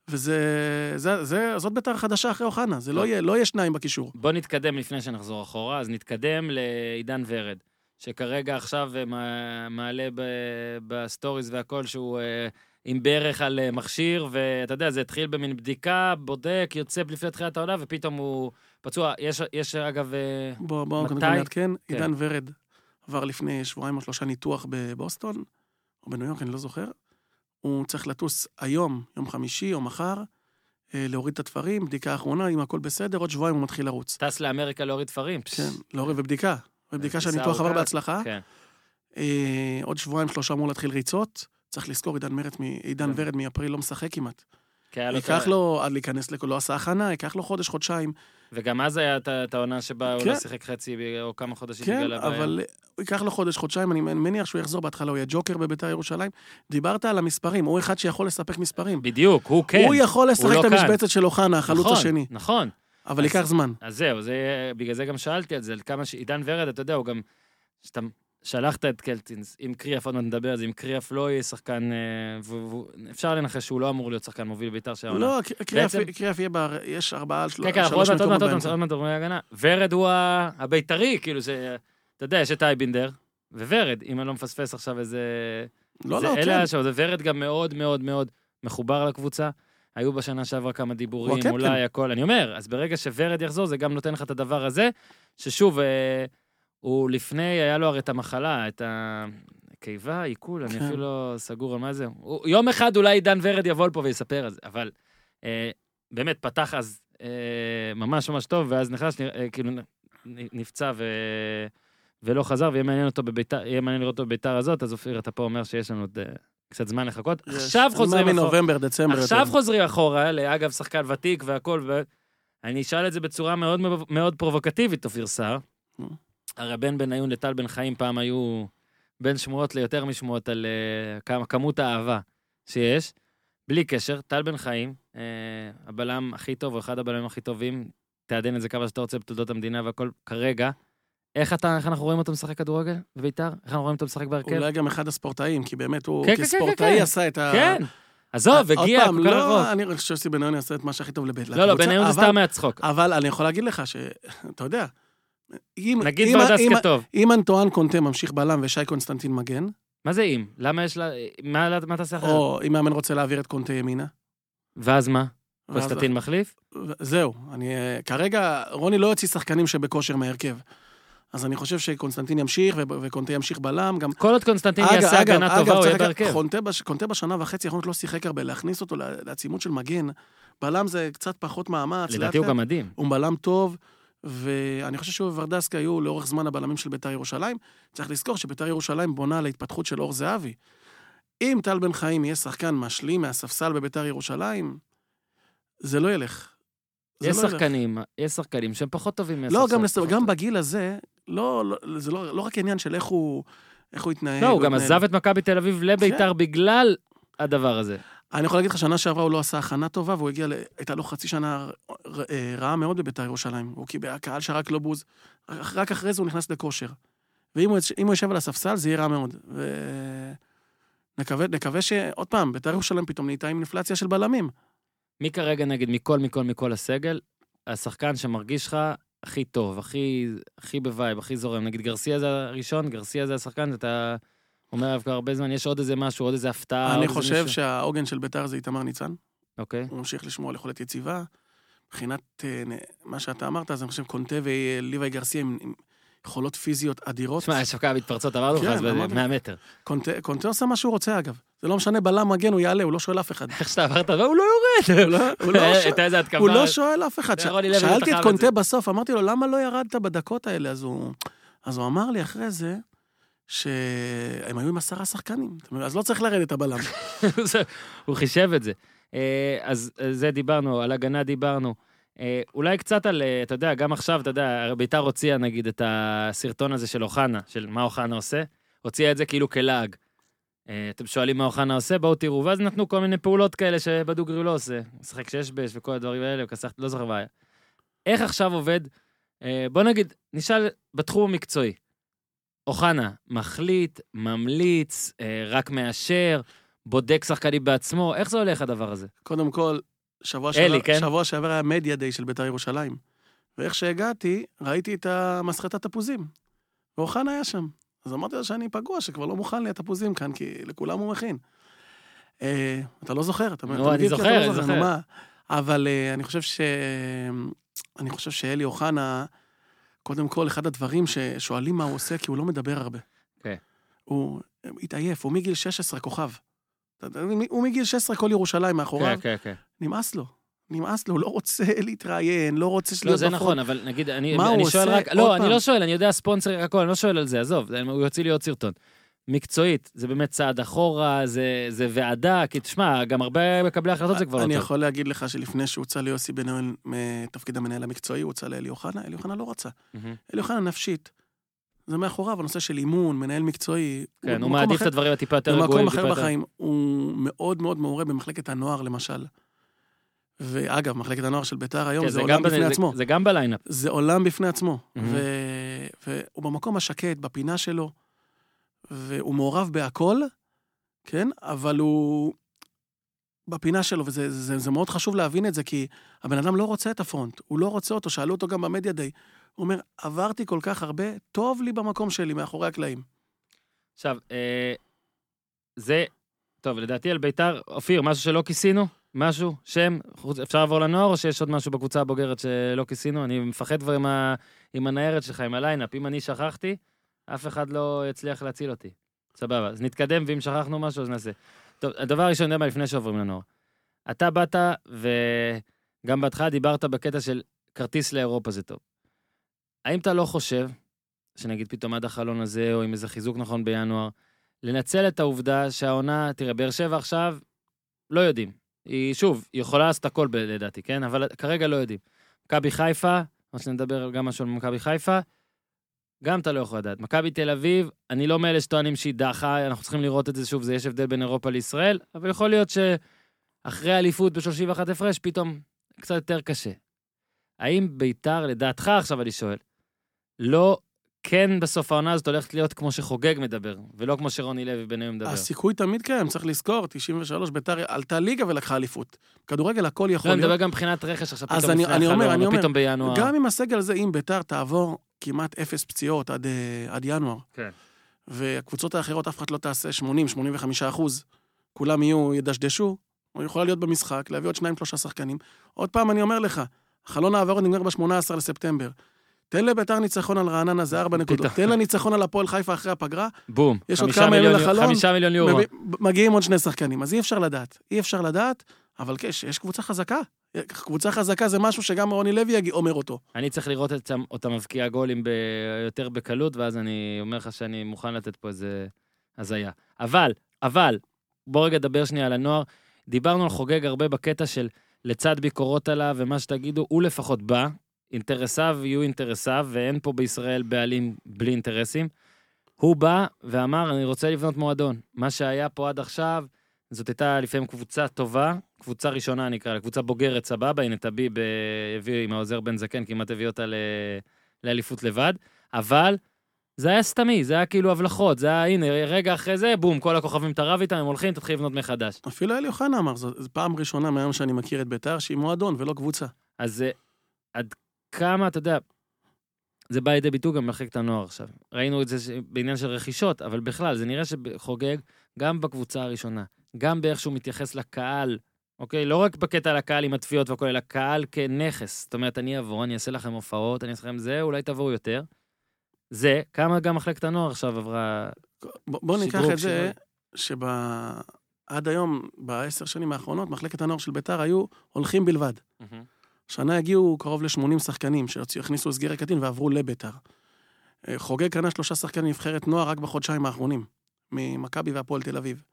וזה, זה, זה, זאת ביתר חדשה אחרי אוחנה. זה לא יהיה, לא יהיה שניים בקישור. בוא נתקדם לפני שנחזור אחורה, אז נתקדם לעידן ורד, שכרגע עכשיו מעלה בסטוריז והכל שהוא עם בערך על מכשיר, ואתה יודע, זה התחיל במין בדיקה, בודק, יוצא לפני תחילת העונה, ופתאום הוא פצוע. יש, יש אגב, בוא, בוא, מתי? כן, כן. עידן ורד עבר לפני שבועיים או שלושה ניתוח בבוסטון, או בניו יורק, אני לא זוכר. הוא צריך לטוס היום, יום חמישי או מחר, להוריד את התפרים, בדיקה האחרונה, אם הכל בסדר, עוד שבועיים הוא מתחיל לרוץ. טס לאמריקה להוריד תפרים. כן, להוריד ובדיקה. ובדיקה שהניתוח עבר בהצלחה. כן. עוד שבועיים שלושה אמור להתחיל ריצות. צריך לזכור, עידן ורד מאפריל לא משחק כמעט. ייקח לו, עד להיכנס לא עשה הכנה, ייקח לו חודש, חודשיים. וגם אז היה את העונה שבה הוא לא שיחק חצי או כמה חודשים בגלל הבעיה. כן, אבל הוא ייקח לו חודש, חודשיים, אני מניח שהוא יחזור בהתחלה, הוא יהיה ג'וקר בביתר ירושלים. דיברת על המספרים, הוא אחד שיכול לספק מספרים. בדיוק, הוא כן. הוא יכול לשחק את המשבצת של אוחנה, החלוץ השני. נכון. אבל ייקח זמן. אז זהו, בגלל זה גם שאלתי על זה, על כמה שעידן ורד, אתה יודע, הוא גם, שאתה שלחת את קלטינס, עם קריאף, עוד מעט נדבר על זה, עם קריאף לא יהיה שחקן, אפשר לנחש שהוא לא אמור להיות שחקן מוביל ביתר של העונה. לא, קריאף יהיה, יש ארבעה על שלוש מקומות באמצע. עוד מעט, עוד מעט, ורד הוא הביתרי, כאילו זה, אתה יודע, יש את אייבינדר, וורד, אם אני לא מפספס עכשיו איזה... לא, לא, כן. זה ורד גם מאוד מאוד מאוד מחובר לקבוצה, היו בשנה שעברה כמה דיבורים, אולי הכל, אני אומר, אז ברגע שוורד יחזור, זה גם נותן לך את הדבר הזה, ששוב, הוא לפני, היה לו הרי את המחלה, את הקיבה, עיכול, אני אפילו לא סגור על מה זה. יום אחד אולי עידן ורד יבוא לפה ויספר על זה, אבל באמת פתח אז ממש ממש טוב, ואז נכנס, כאילו נפצע ולא חזר, ויהיה מעניין אותו בביתר, יהיה מעניין לראות אותו בביתר הזאת, אז אופיר, אתה פה אומר שיש לנו קצת זמן לחכות. עכשיו חוזרים מנובמבר, דצמבר. עכשיו חוזרים אחורה, לאגב, שחקן ותיק והכל, ואני אשאל את זה בצורה מאוד מאוד פרובוקטיבית, אופיר סער. הרי בין בניון לטל בן חיים פעם היו בין שמועות ליותר משמועות על כמות האהבה שיש, בלי קשר, טל בן חיים, אה, הבלם הכי טוב, או אחד הבלמים הכי טובים, תעדן את זה כמה שאתה רוצה בתולדות המדינה והכל כרגע. איך אתה, איך אנחנו רואים אותו משחק כדורגל בביתר? איך אנחנו רואים אותו משחק בהרכב? אולי גם אחד הספורטאים, כי באמת הוא כן, כן, כספורטאי כן, עשה את ה... כן. עזוב, הגיע כל כך רחוק. אני חושב שבניון יעשה את מה שהכי טוב לבית. לא, לא, בניון זה סתם מהצחוק. אבל אני יכול להגיד לך שאתה יודע, נגיד ברדס כטוב. אם אנטואן קונטה ממשיך בלם ושי קונסטנטין מגן, מה זה אם? למה יש לה... מה תעשה אחרת? או אם מאמן רוצה להעביר את קונטה ימינה. ואז מה? קונסטנטין מחליף? זהו, אני... כרגע, רוני לא יוציא שחקנים שבכושר מהרכב. אז אני חושב שקונסטנטין ימשיך, וקונטה ימשיך בלם, גם... כל עוד קונסטנטין יעשה הגנה טובה, הוא יהיה בהרכב. קונטה בשנה וחצי האחרונות לא שיחק הרבה, להכניס אותו לעצימות של מגן. בלם זה קצת פחות מאמץ. לדעתי הוא גם מדהים. הוא בלם טוב, ואני חושב שהוא וורדסקי היו לאורך זמן הבלמים של ביתר ירושלים. צריך לזכור שביתר ירושלים בונה להתפתחות של אור זהבי. אם טל בן חיים יהיה שחקן משלים מהספסל בביתר ירושלים, זה לא ילך. יש שחקנים, יש שחקנים שהם פחות טובים מהספסל. לא, גם בגיל הזה, זה לא רק עניין של איך הוא התנהל. לא, הוא גם עזב את מכבי תל אביב לביתר בגלל הדבר הזה. אני יכול להגיד לך, שנה שעברה הוא לא עשה הכנה טובה, והוא הגיע, הייתה לו חצי שנה רעה מאוד בביתר ירושלים. הוא קיבל, הקהל שרק לא בוז, רק אחרי זה הוא נכנס לכושר. ואם הוא יושב על הספסל, זה יהיה רע מאוד. ונקווה שעוד פעם, ביתר ירושלים פתאום נהייתה עם אינפלציה של בלמים. מי כרגע נגיד מכל, מכל, מכל הסגל, השחקן שמרגיש לך הכי טוב, הכי, הכי בווייב, הכי זורם. נגיד גרסיה זה הראשון, גרסיה זה השחקן, אתה אומר עליו כבר הרבה זמן, יש עוד איזה משהו, עוד איזה הפתעה. אני חושב שהעוגן של ביתר זה איתמר ניצן. אוקיי. הוא ממשיך לשמור על יכולת יציבה. מבחינת מה שאתה אמרת, אז אני חושב קונטה וליוואי גרסיה עם יכולות פיזיות אדירות. תשמע, יש הפקעה מתפרצות, אמרנו לך, אז ב-מאה מטר. קונטה עושה מה שהוא רוצה, אגב. זה לא משנה, בלם מגן, הוא יעלה, הוא לא שואל אף אחד. איך שאתה עברת, הוא לא יורד. הוא לא שואל אף אחד. שאלתי את קונטה בסוף, אמרתי לו, למה לא ירדת בדקות האלה? אז הוא אמר לי אחרי זה, שהם היו עם עשרה שחקנים. אז לא צריך לרדת הבלם. הוא חישב את זה. אז זה דיברנו, על הגנה דיברנו. אולי קצת על, אתה יודע, גם עכשיו, אתה יודע, ביתר הוציאה נגיד את הסרטון הזה של אוחנה, של מה אוחנה עושה, הוציאה את זה כאילו כלאג. אתם שואלים מה אוחנה עושה, בואו תראו, ואז נתנו כל מיני פעולות כאלה שבדוגרי לא עושה, משחק שש בש וכל הדברים האלה, וכסחת, לא זוכר בעיה. איך עכשיו עובד? בוא נגיד, נשאל בתחום המקצועי. אוחנה, מחליט, ממליץ, רק מאשר, בודק שחקני בעצמו, איך זה הולך הדבר הזה? קודם כל, שבוע שעבר, כן? שבוע שעבר היה מדיה דיי של ביתר ירושלים. ואיך שהגעתי, ראיתי את המסחטת תפוזים. ואוחנה היה שם. אז אמרתי לו שאני פגוע, שכבר לא מוכן לי התפוזים כאן, כי לכולם הוא מכין. אה, אתה לא זוכר, אתה נו, אני זוכר, אני זוכר. מה? אבל אה, אני חושב ש... אני חושב שאלי אוחנה, קודם כל, אחד הדברים ששואלים מה הוא עושה, כי הוא לא מדבר הרבה. כן. הוא התעייף, הוא מגיל שש עשרה כוכב. הוא מגיל שש עשרה כל ירושלים מאחוריו. כן, כן, כן. נמאס לו. נמאס לו, הוא לא רוצה להתראיין, לא רוצה שלהיות בפון. לא, זה נכון, אבל נגיד, אני שואל רק... לא, אני לא שואל, אני יודע ספונסר, הכל, אני לא שואל על זה, עזוב, הוא יוצא להיות סרטון. מקצועית, זה באמת צעד אחורה, זה ועדה, כי תשמע, גם הרבה מקבלי החלטות זה כבר לא טוב. אני יכול להגיד לך שלפני שהוצא ליוסי בניון מתפקיד המנהל המקצועי, הוא הוצא לאלי אוחנה, אלי אוחנה לא רצה. אלי אוחנה נפשית. זה מאחוריו, הנושא של אימון, מנהל מקצועי. כן, הוא מעדיף את הדברים הטיפה יותר רגועים. במקום אחר בחיים, הוא מאוד מאוד מעורה במחלקת הנוער, למשל. ואגב, מחלקת הנוער של ביתר היום, זה עולם בפני עצמו. זה גם בליינאפ. זה עולם בפני עצמו. והוא במקום השקט, בפינה שלו, והוא מעורב בהכל, כן? אבל הוא בפינה שלו, וזה מאוד חשוב להבין את זה, כי הבן אדם לא רוצה את הפרונט, הוא לא רוצה אותו, שאלו אותו גם במדיה די. הוא אומר, עברתי כל כך הרבה, טוב לי במקום שלי, מאחורי הקלעים. עכשיו, זה, טוב, לדעתי על ביתר, אופיר, משהו שלא כיסינו? משהו? שם? אפשר לעבור לנוער, או שיש עוד משהו בקבוצה הבוגרת שלא כיסינו? אני מפחד כבר עם, ה... עם הניירת שלך, עם הליינאפ. אם אני שכחתי, אף אחד לא יצליח להציל אותי. סבבה, אז נתקדם, ואם שכחנו משהו, אז נעשה. טוב, הדבר הראשון, נדמה, לפני שעוברים לנוער. אתה באת, וגם בהתחלה דיברת בקטע של כרטיס לאירופה זה טוב. האם אתה לא חושב, שנגיד פתאום עד החלון הזה, או עם איזה חיזוק נכון בינואר, לנצל את העובדה שהעונה, תראה, באר שבע עכשיו, לא יודעים. היא, שוב, היא יכולה לעשות הכל לדעתי, כן? אבל כרגע לא יודעים. מכבי חיפה, מה שנדבר גם משהו על מכבי חיפה, גם אתה לא יכול לדעת. מכבי תל אביב, אני לא מאלה שטוענים שהיא דחה, אנחנו צריכים לראות את זה שוב, זה יש הבדל בין אירופה לישראל, אבל יכול להיות אחרי אליפות ב-שלושים ואחת הפרש, פתאום קצת יותר קשה. האם ביתר, לדעתך עכשיו אני שואל, לא, כן בסוף העונה הזאת הולכת להיות כמו שחוגג מדבר, ולא כמו שרוני לוי ביניהם מדבר. הסיכוי תמיד קיים, צריך לזכור, תשעים ושלוש ביתר עלתה ליגה ולקחה אליפות. כדורגל הכל יכול לא, להיות. אני מדבר גם מבחינת רכש, עכשיו אז פתאום אני, לפני אני אומר, החלום, אני ופתאום אומר, בינואר. גם עם הסגל הזה, אם ביתר תעבור כמעט אפס פציעות עד, עד ינואר, כן. והקבוצות האחרות אף אחד לא תעשה שמונים שמונים וחמישה אחוז, כולם יהיו, ידשדשו, הוא יכול להיות במשחק, להביא עוד שניים, שלושה שחקנים. עוד פעם אני אומר לך, חלון העברות נגמר ב-שמונה עשר לספטמבר. תן לביתר ניצחון על רעננה, זה ארבע נקודות. תן לה ניצחון על הפועל חיפה אחרי הפגרה. בום. יש עוד כמה ימים לחלון. חמישה מיליון יורו. מגיעים עוד שני שחקנים. אז אי אפשר לדעת. אי אפשר לדעת, אבל יש קבוצה חזקה. קבוצה חזקה זה משהו שגם רוני לוי אומר אותו. אני צריך לראות אותה מבקיע גולים יותר בקלות, ואז אני אומר לך שאני מוכן לתת פה איזה הזיה. אבל, אבל, בוא רגע דבר שנייה על הנוער. דיברנו על חוגג הרבה בקטע של לצד ביקורות עליו, ומה שתגידו, הוא לפחות בא, אינטרסיו יהיו אינטרסיו, ואין פה בישראל בעלים בלי אינטרסים. הוא בא ואמר, אני רוצה לבנות מועדון. מה שהיה פה עד עכשיו, זאת הייתה לפעמים קבוצה טובה, קבוצה ראשונה נקרא, קבוצה בוגרת סבבה, הנה טביב הביא עם העוזר בן זקן, כמעט הביא אותה לאליפות לבד, אבל זה היה סתמי, זה היה כאילו הבלחות, זה היה, הנה, רגע אחרי זה, בום, כל הכוכבים תרב איתם, הם הולכים, תתחיל לבנות מחדש. אפילו אלי אוחנה אמר, זו פעם ראשונה מהיום שאני מכיר את ביתר, שהיא מועדון ולא קבוצה. אז עד כמה, אתה יודע, זה בא לידי ביטוי גם במחלקת הנוער עכשיו. ראינו את זה בעניין של רכישות, אבל בכלל, זה נראה שחוגג גם בקבוצה הראשונה, גם באיך שהוא מתייחס לקהל, אוקיי? לא רק בקטע לקהל עם התפיעות והכל, אלא קהל כנכס. זאת אומרת, אני אעבור, אני אעשה לכם הופעות, אני אעשה לכם זה, אולי תבואו יותר. זה, כמה גם מחלקת הנוער עכשיו עברה... בוא ניקח את זה, שעד היום, בעשר שנים האחרונות, מחלקת הנוער של ביתר היו הולכים בלבד. שנה הגיעו קרוב ל-שמונים שחקנים, שהכניסו סגירה קטין ועברו לביתר. חוגג קנה שלושה שחקנים נבחרת נוער רק בחודשיים האחרונים, ממכבי והפועל תל אביב.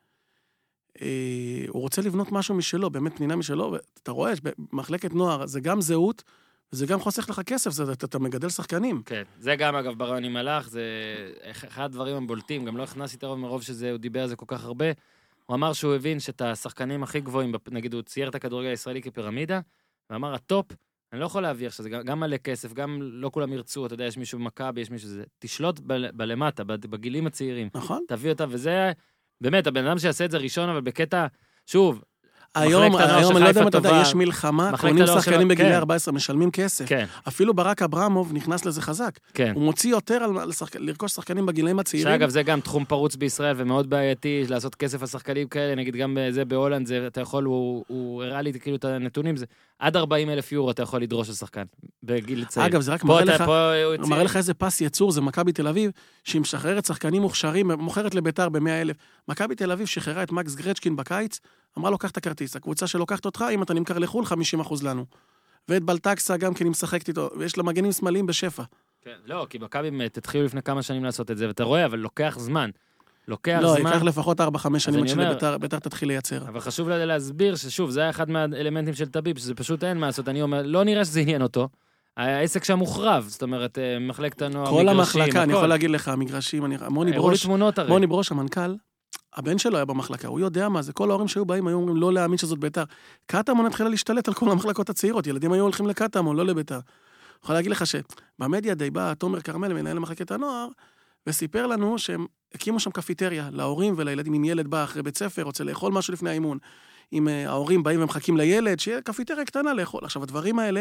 הוא רוצה לבנות משהו משלו, באמת פנינה משלו, ואתה רואה, במחלקת נוער זה גם זהות, וזה גם חוסך לך כסף, זה, אתה, אתה מגדל שחקנים. כן, זה גם אגב ברעיון עם מלאך, זה אחד הדברים הבולטים, גם לא הכנס איתו מרוב שזה, הוא דיבר על זה כל כך הרבה, הוא אמר שהוא הבין שאת השחקנים הכי גבוהים, נגיד הוא צייר את הכדורגל הישראלי כפירמידה, ואמר, הטופ, אני לא יכול להעביר שזה גם מלא כסף, גם לא כולם ירצו, אתה יודע, יש מישהו במכבי, יש מישהו שזה, תשלוט ב- בלמטה, בגילים הצעירים. נכון. תביא אותה, וזה, באמת, הבן אדם שיעשה את זה ראשון, אבל בקטע, שוב, היום, היום, אני לא יודע אם אתה יודע, יש מלחמה, קונים שחקנים בגילי ארבע עשרה, משלמים כסף. כן. אפילו ברק אברמוב נכנס לזה חזק. כן. הוא מוציא יותר על לרכוש שחקנים בגילאים הצעירים. שאגב, זה גם תחום פרוץ בישראל, ומאוד בעייתי, לעשות כסף על שחקנים כאלה, נגיד גם זה בהולנד, זה, אתה יכול, הוא, הוא הראה לי כאילו את הנתונים, זה עד ארבעים אלף יורו אתה יכול לדרוש לשחקן, בגיל צעיר. אגב, זה רק מראה לך, מראה לך איזה פס יצור, זה מכבי תל אביב, שהיא משחררת שחקנים מוכשרים, מוכרת לביתר ב-מאה אלף. מכבי תל אביב שחררה את מקס גרצ'קין בקיץ, אמרה לו, קח את הכרטיס, הקבוצה שלוקחת אותך, אם אתה נמכר לחול, חמישים אחוז לנו. ואת בלטקסה גם כן היא משחקת איתו, ויש לה מגנים שמאליים בשפע. כן, לא, כי מכבי תתחילו לפני כמה שנים לעשות את זה, ואתה רואה, אבל לוקח זמן. לוקח לא, זמן. ייקח לפחות ארבע חמש שנים עד שביתר תתחיל לייצר. אבל חשוב להסביר ששוב, זה היה אחד מהאלמנטים של טביב, שזה פשוט אין מה לעשות. אני אומר, לא נראה שזה עניין אותו. העסק שם מוחרב, זאת אומרת, מחלקת הנוער, כל המחלקה, אני יכול להגיד לך, המגרשים, מוני ברוש, מוני ברוש, המנכ"ל, הבן שלו היה במחלקה, הוא יודע מה זה, כל ההורים שהיו באים, היו אומרים לא להאמין שזאת ביתר. קטמון התחילה להשתלט על כל המחלקות הצעירות, ילדים היו הולכים לקטמון, לא לביתר. יכול להגיד לך שבמדיה די בא תומר קרמל, מנהל מחלקת הנוער, וסיפר לנו שהם הקימו שם קפיטריה להורים ולילדים, אם ילד בא אחרי בית ספר, רוצה לאכול משהו לפני האימון, אם ההורים באים ומחכים לילד, שיהיה קפיטריה קטנה לאכול. עכשיו, הדברים האלה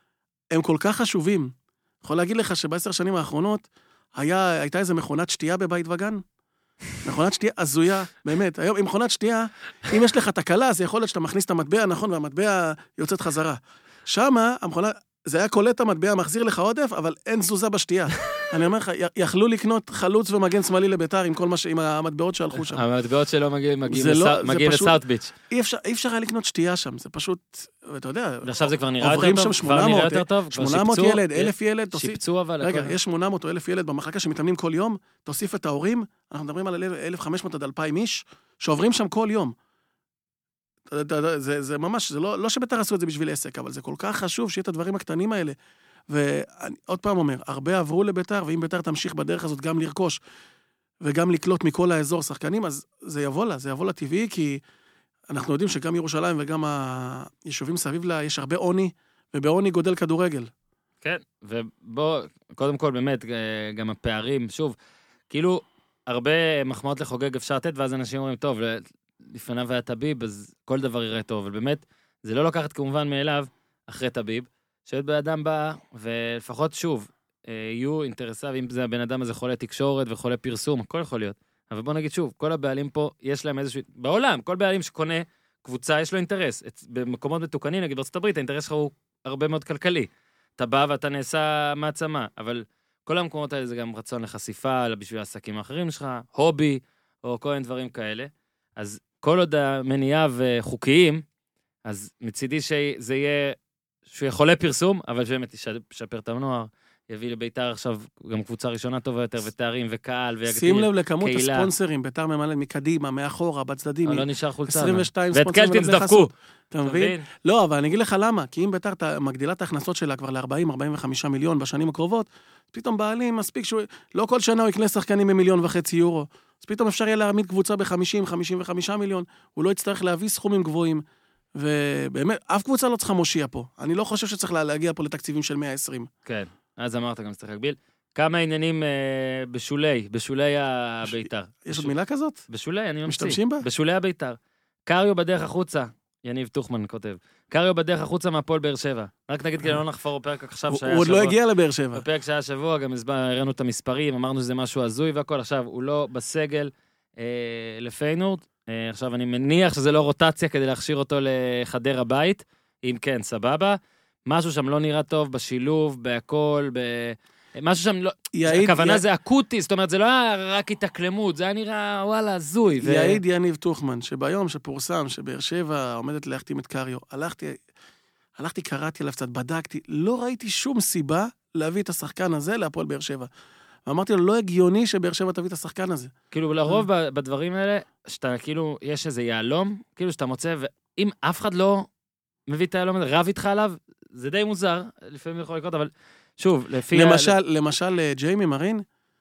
הם כל כך חשובים. יכול להגיד לך שבעשר שנים האחרונות היה, הייתה איזו מכונת שתייה בבית וגן, מכונת שתייה הזויה, באמת. היום, עם מכונת שתייה, אם יש לך תקלה, זה יכול להיות שאתה מכניס את המטבע הנכון, והמטבע יוצאת חזרה. שמה, המכונה, זה היה קולט המטבע, מחזיר לך עודף, אבל אין תזוזה בשתייה. אני אומר לך, יכלו לקנות חלוץ ומגן שמאלי לביתר עם כל מה ש... עם המטבעות שהלכו שם. המטבעות שלא מגיעים לסאוט ביץ'. אי אפשר היה לקנות שתייה שם, זה פשוט, ואתה יודע, עכשיו זה כבר נראה יותר טוב, שמונה מאות ילד, אלף ילד, שיפצו אבל... רגע, יש שמונה מאות או אלף ילד במחלקה שמתאמנים כל יום, תוסיף את ההורים, אנחנו מדברים על אלף וחמש מאות עד אלפיים איש, שעוברים שם כל יום. זה, זה ממש, זה לא, לא שביתר עשו את זה בשביל עסק, אבל זה כל כך חשוב שיהיה את הדברים הקטנים האלה. ועוד פעם אומר, הרבה עברו לביתר, ואם ביתר תמשיך בדרך הזאת גם לרכוש, וגם לקלוט מכל האזור שחקנים, אז זה יבוא לה, זה יבוא לה טבעי, כי אנחנו יודעים שגם ירושלים וגם היישובים סביב לה, יש הרבה עוני, ובעוני גודל כדורגל. כן, ובוא, קודם כל באמת, גם הפערים, שוב, כאילו, הרבה מחמאות לחוגג אפשר לתת, ואז אנשים אומרים, טוב, לפניו היה טביב, אז כל דבר יראה טוב, אבל באמת, זה לא לקחת כמובן מאליו, אחרי טביב, שעוד בן אדם בא, ולפחות שוב, יהיו אינטרסיו, אם זה הבן אדם הזה חולה תקשורת וחולה פרסום, הכל יכול להיות. אבל בוא נגיד שוב, כל הבעלים פה, יש להם איזשהו, בעולם, כל בעלים שקונה קבוצה, יש לו אינטרס. במקומות מתוקנים, נגיד בארצות הברית, האינטרס שלך הוא הרבה מאוד כלכלי. אתה בא ואתה נעשה מעצמה, אבל כל המקומות האלה זה גם רצון לחשיפה, בשביל העסקים האחרים שלך, הובי, או כל מיני דברים כאלה. אז כל עוד המניעיו חוקיים, אז מצידי שזה יהיה, שהוא יכולה פרסום, אבל באמת ישפר את הנוער, יביא לביתר עכשיו גם קבוצה ראשונה טובה יותר, ותארים וקהל, ויגדיר שים לב לכמות הספונסרים, ביתר ממלא מקדימה, מאחורה, בצדדים. לא נשאר חולצה. עשרים ושתיים ואת קלטין תדפקו. אתה מבין? לא, אבל אני אגיד לך למה, כי אם ביתר מגדילה את ההכנסות שלה כבר ל-ארבעים עד ארבעים וחמישה מיליון בשנים הקרובות, פתאום בעלים מספיק שהוא, לא כל שנה הוא יקנה שחקנים במיליון וחצי יורו, אז פתאום אפשר יהיה להעמיד קבוצה ב-חמישים עד חמישים וחמישה מיליון, הוא לא יצטרך להביא סכומים גבוהים, ובאמת, אף קבוצה לא צריכה מושיע פה. אני לא חושב שצריך להגיע פה לתקציבים של מאה ועשרים. כן. אז אמרת גם שצריך להגביל. כמה עניינים אה, בשולי, בשולי הביתר. יש עוד מילה כזאת? בשולי, אני ממציא. משתמשים בה? בשולי הביתר. קריו בדרך החוצה, יניב תוכמן כותב. קריו בדרך החוצה מהפועל באר שבע. רק נגיד כאילו לא נחפור בפרק עכשיו שהיה שבוע. הוא עוד לא הגיע לבאר שבע. בפרק שהיה שבוע, גם הראינו את המספרים, אמרנו שזה משהו הזוי והכל. עכשיו, הוא לא בסגל אה, לפיינורד. אה, עכשיו, אני מניח שזה לא רוטציה כדי להכשיר אותו לחדר הבית. אם כן, סבבה. משהו שם לא נראה טוב בשילוב, בהכל, ב... משהו שם לא... יעיד, הכוונה י... זה אקוטי, זאת אומרת, זה לא היה רק התאקלמות, זה היה נראה, וואלה, זוי. ו... יעיד יניב תוכמן, שביום שפורסם, שבאר שבע עומדת להחתים את קריו, הלכתי, הלכתי, קראתי עליו קצת, בדקתי, לא ראיתי שום סיבה להביא את השחקן הזה להפועל באר שבע. ואמרתי לו, לא הגיוני שבאר שבע תביא את השחקן הזה. כאילו, לרוב בדברים האלה, שאתה כאילו, יש איזה יעלום, כאילו שאתה מוצא, ואם אף אחד לא מביא את היעלום הזה, רב איתך עליו, זה די מוזר, לפעמים יכול לקרות, אבל שוב, לפי... למשל, ה... למשל, ג'יימי מרין,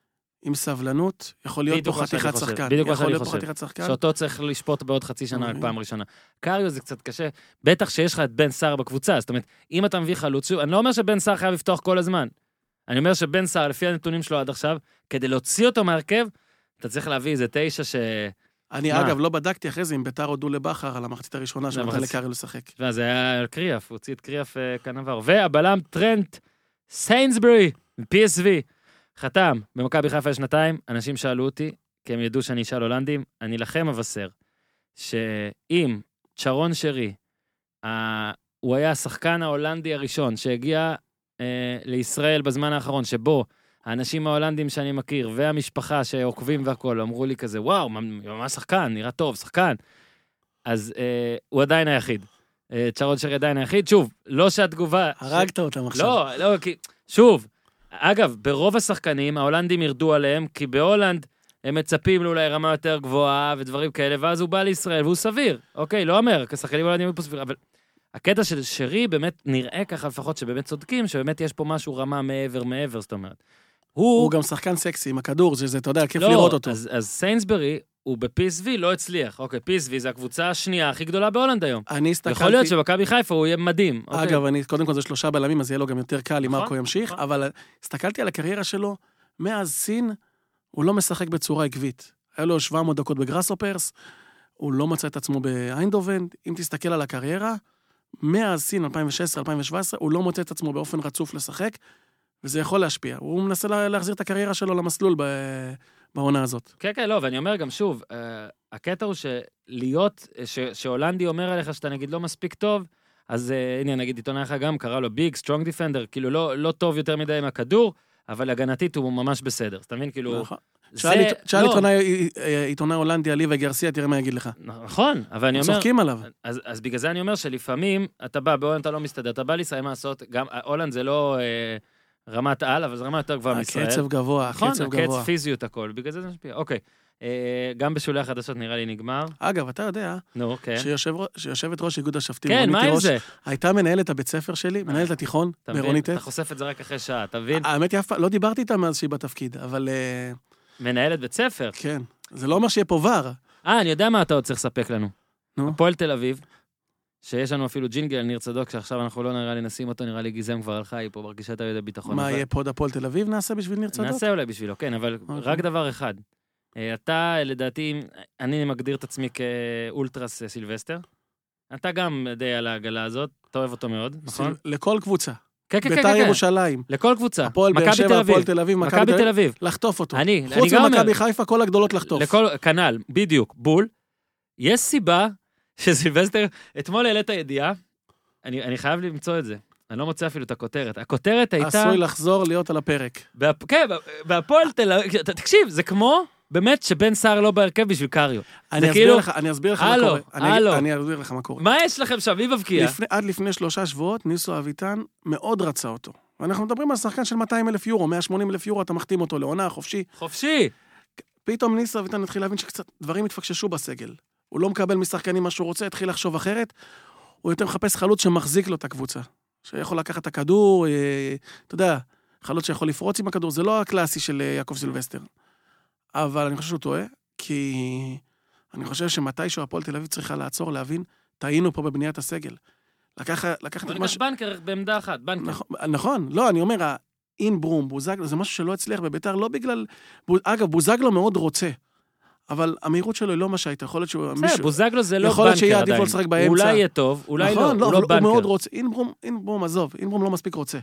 עם סבלנות, יכול להיות פה חתיכת שחקן. בדיוק מה שאני חושב. שאותו צריך לשפוט בעוד חצי שנה, רק פעם ראשונה. קריו זה קצת קשה, בטח שיש לך את בן סער בקבוצה, זאת אומרת, אם אתה מביא חלוץ, שוב, אני לא אומר שבן סער חייב לפתוח כל הזמן. אני אומר שבן סער, לפי הנתונים שלו עד עכשיו, כדי להוציא אותו מהרכב, אתה צריך להביא איזה תשע ש... אני אגב לא בדקתי אחרי זה אם ביתר הודו לבחר על המחצית הראשונה שנתן לקריו לשחק. וזה היה קריאף, הוא הוציא את קריאף כאן עבר. והבלם טרנט סיינסברי, פי אס וי, חתם במכבי חיפה שנתיים, אנשים שאלו אותי, כי הם ידעו שאני אשאל הולנדים, אני לכם אבשר, שאם צ'רון שרי, הוא היה השחקן ההולנדי הראשון שהגיע לישראל בזמן האחרון, שבו האנשים ההולנדים שאני מכיר, והמשפחה שעוקבים והכל, אמרו לי כזה, וואו, ממש שחקן, נראה טוב, שחקן. אז אה, הוא עדיין היחיד. אה, צ'רון שרי עדיין היחיד. שוב, לא שהתגובה... הרגת ש... אותם עכשיו. לא, לא, כי... שוב, אגב, ברוב השחקנים, ההולנדים ירדו עליהם, כי בהולנד הם מצפים לאולי רמה יותר גבוהה ודברים כאלה, ואז הוא בא לישראל, והוא סביר. אוקיי, לא אומר, כשחקנים הולנדים הוא פה סביר, אבל... הקטע של שרי באמת נראה ככה לפחות שבאמת צודקים, שבאמת יש פה משהו רמה מעבר מעבר, זאת אומרת. הוא... הוא גם שחקן סקסי עם הכדור, שזה, אתה יודע, כיף לא, לראות אותו. אז, אז סיינסברי, הוא ב-פי אס וי לא הצליח. אוקיי, פי אס וי זה הקבוצה השנייה הכי גדולה בהולנד היום. אני הסתכלתי... יכול להיות שבמכבי חיפה הוא יהיה מדהים. אגב, אוקיי. אני, קודם כל זה שלושה בלמים, אז יהיה לו גם יותר קל אם מרקו ימשיך, אבל הסתכלתי על הקריירה שלו, מאז סין, הוא לא משחק בצורה עקבית. היה לו שבע מאות דקות בגראסהופרס, הוא לא מצא את עצמו באיינדהובן. אם תסתכל על הקריירה, מאז סין אלפיים ושש עשרה אלפיים שבע עשרה, הוא לא מוצא את עצמו באופן רצוף לשחק, וזה יכול להשפיע. הוא מנסה להחזיר את הקריירה שלו למסלול בעונה הזאת. כן, כן, לא, ואני אומר גם שוב, הקטע הוא שלהיות, שהולנדי אומר עליך שאתה נגיד לא מספיק טוב, אז הנה, נגיד עיתונאי לך גם, קרא לו ביג, סטרונג דיפנדר, כאילו לא, לא טוב יותר מדי עם הכדור, אבל הגנתית הוא ממש בסדר. אז אתה מבין, כאילו... שאל עיתונאי הולנדי, עלי וגרסיה, תראה מה יגיד לך. נכון, אבל אני אומר... צוחקים עליו. אז בגלל זה אני אומר שלפעמים, אתה בא, בהולנד אתה לא מסתדר, אתה בא לישראל מה לעשות, גם הולנד זה לא רמת על, אבל זה רמה יותר גבוהה מישראל. הקצב גבוה, הקצב גבוה. נכון, הקצב פיזיות הכל, בגלל זה זה משפיע. אוקיי, גם בשולי החדשות נראה לי נגמר. אגב, אתה יודע, שיושבת ראש איגוד השופטים, כן, מה עם זה? הייתה מנהלת הבית ספר שלי, מנהלת התיכון, ברונית. אתה חושף את זה רק אחרי שעה, אתה מבין? האמת, לא דיברתי איתה מאז שהיא בתפקיד, אבל... מנהלת בית ספר. כן, זה לא אומר שיהיה פה ור. אה, אני יודע מה אתה עוד צריך לספק לנו. נו. הפועל תל אביב, שיש לנו אפילו ג'ינגל, ניר צדוק, שעכשיו אנחנו לא נראה לי נשים אותו, נראה לי גיזם כבר הלכה, היא פה מרגישה את הידע ביטחון. מה יהיה פוד הפועל תל אביב נעשה בשביל ניר צדוק? נעשה אולי בשבילו, כן, אבל רק דבר אחד. אתה, לדעתי, אני מגדיר את עצמי כאולטרס סילבסטר. אתה גם די על העגלה הזאת, אתה אוהב אותו מאוד, נכון? לכל קבוצה. כן, כן, כן. בית"ר ירושלים. לכל קבוצה. הפועל באר שבע, הפועל תל אביב, מכבי תל אביב. לחטוף אותו. אני, אני חוץ גם אומר. ממכבי חיפה, כל הגדולות לחטוף. לכל כנ"ל, בדיוק, בול. יש סיבה שסילבסטר, אתמול העלית הידיעה, אני, אני חייב למצוא את זה. אני לא מוצא אפילו את הכותרת. הכותרת הייתה... עשוי לחזור להיות על הפרק. בהפ... כן, בהפועל תל אביב, תקשיב, זה כמו, באמת, שבן סער לא בהרכב בשביל קריו. אני אסביר כאילו... לך, אני אסביר לך מה הלו, קורה. הלו. אני אסביר לך מה קורה. מה יש לכם שם? מי מבקיע? לפני, עד לפני שלושה שבועות, ניסו אביטן מאוד רצה אותו. ואנחנו מדברים על שחקן של מאתיים אלף יורו, מאה ושמונים אלף יורו, אתה מחתים אותו לעונה, חופשי. חופשי. פתאום ניסו אביטן התחיל להבין שקצת דברים התפקששו בסגל. הוא לא מקבל משחקנים מה שהוא רוצה, התחיל לחשוב אחרת. הוא יותר מחפש חלוץ שמחזיק לו את הקבוצה. שיכול לקחת את הכדור, אתה יודע, חלוץ שיכול לפרוץ עם הכדור, זה לא הקלאסי של יעקב סילבסטר. אבל אני חושב שהוא טועה, כי אני חושב שמתישהו הפועל תל אביב צריכה לעצור, להבין, טעינו פה בבניית הסגל. לקחת, לקחת את מה ש... בנקר בעמדה אחת, בנקר. נכון, נכון, לא, אני אומר, אין ברום, בוזגלו, זה משהו שלא הצליח בביתר, לא בגלל... אגב, בוזגלו מאוד רוצה, אבל המהירות שלו היא לא מה שהייתה, יכול להיות שהוא... בסדר, בוזגלו זה לא בנקר עדיין. יכול להיות שיהיה עדיף לו לשחק באמצע. אולי יהיה טוב, אולי לא, הוא לא בנקר. הוא מאוד רוצה, אין ברום, אין ברום, עזוב, אין ברום לא מספיק רוצה.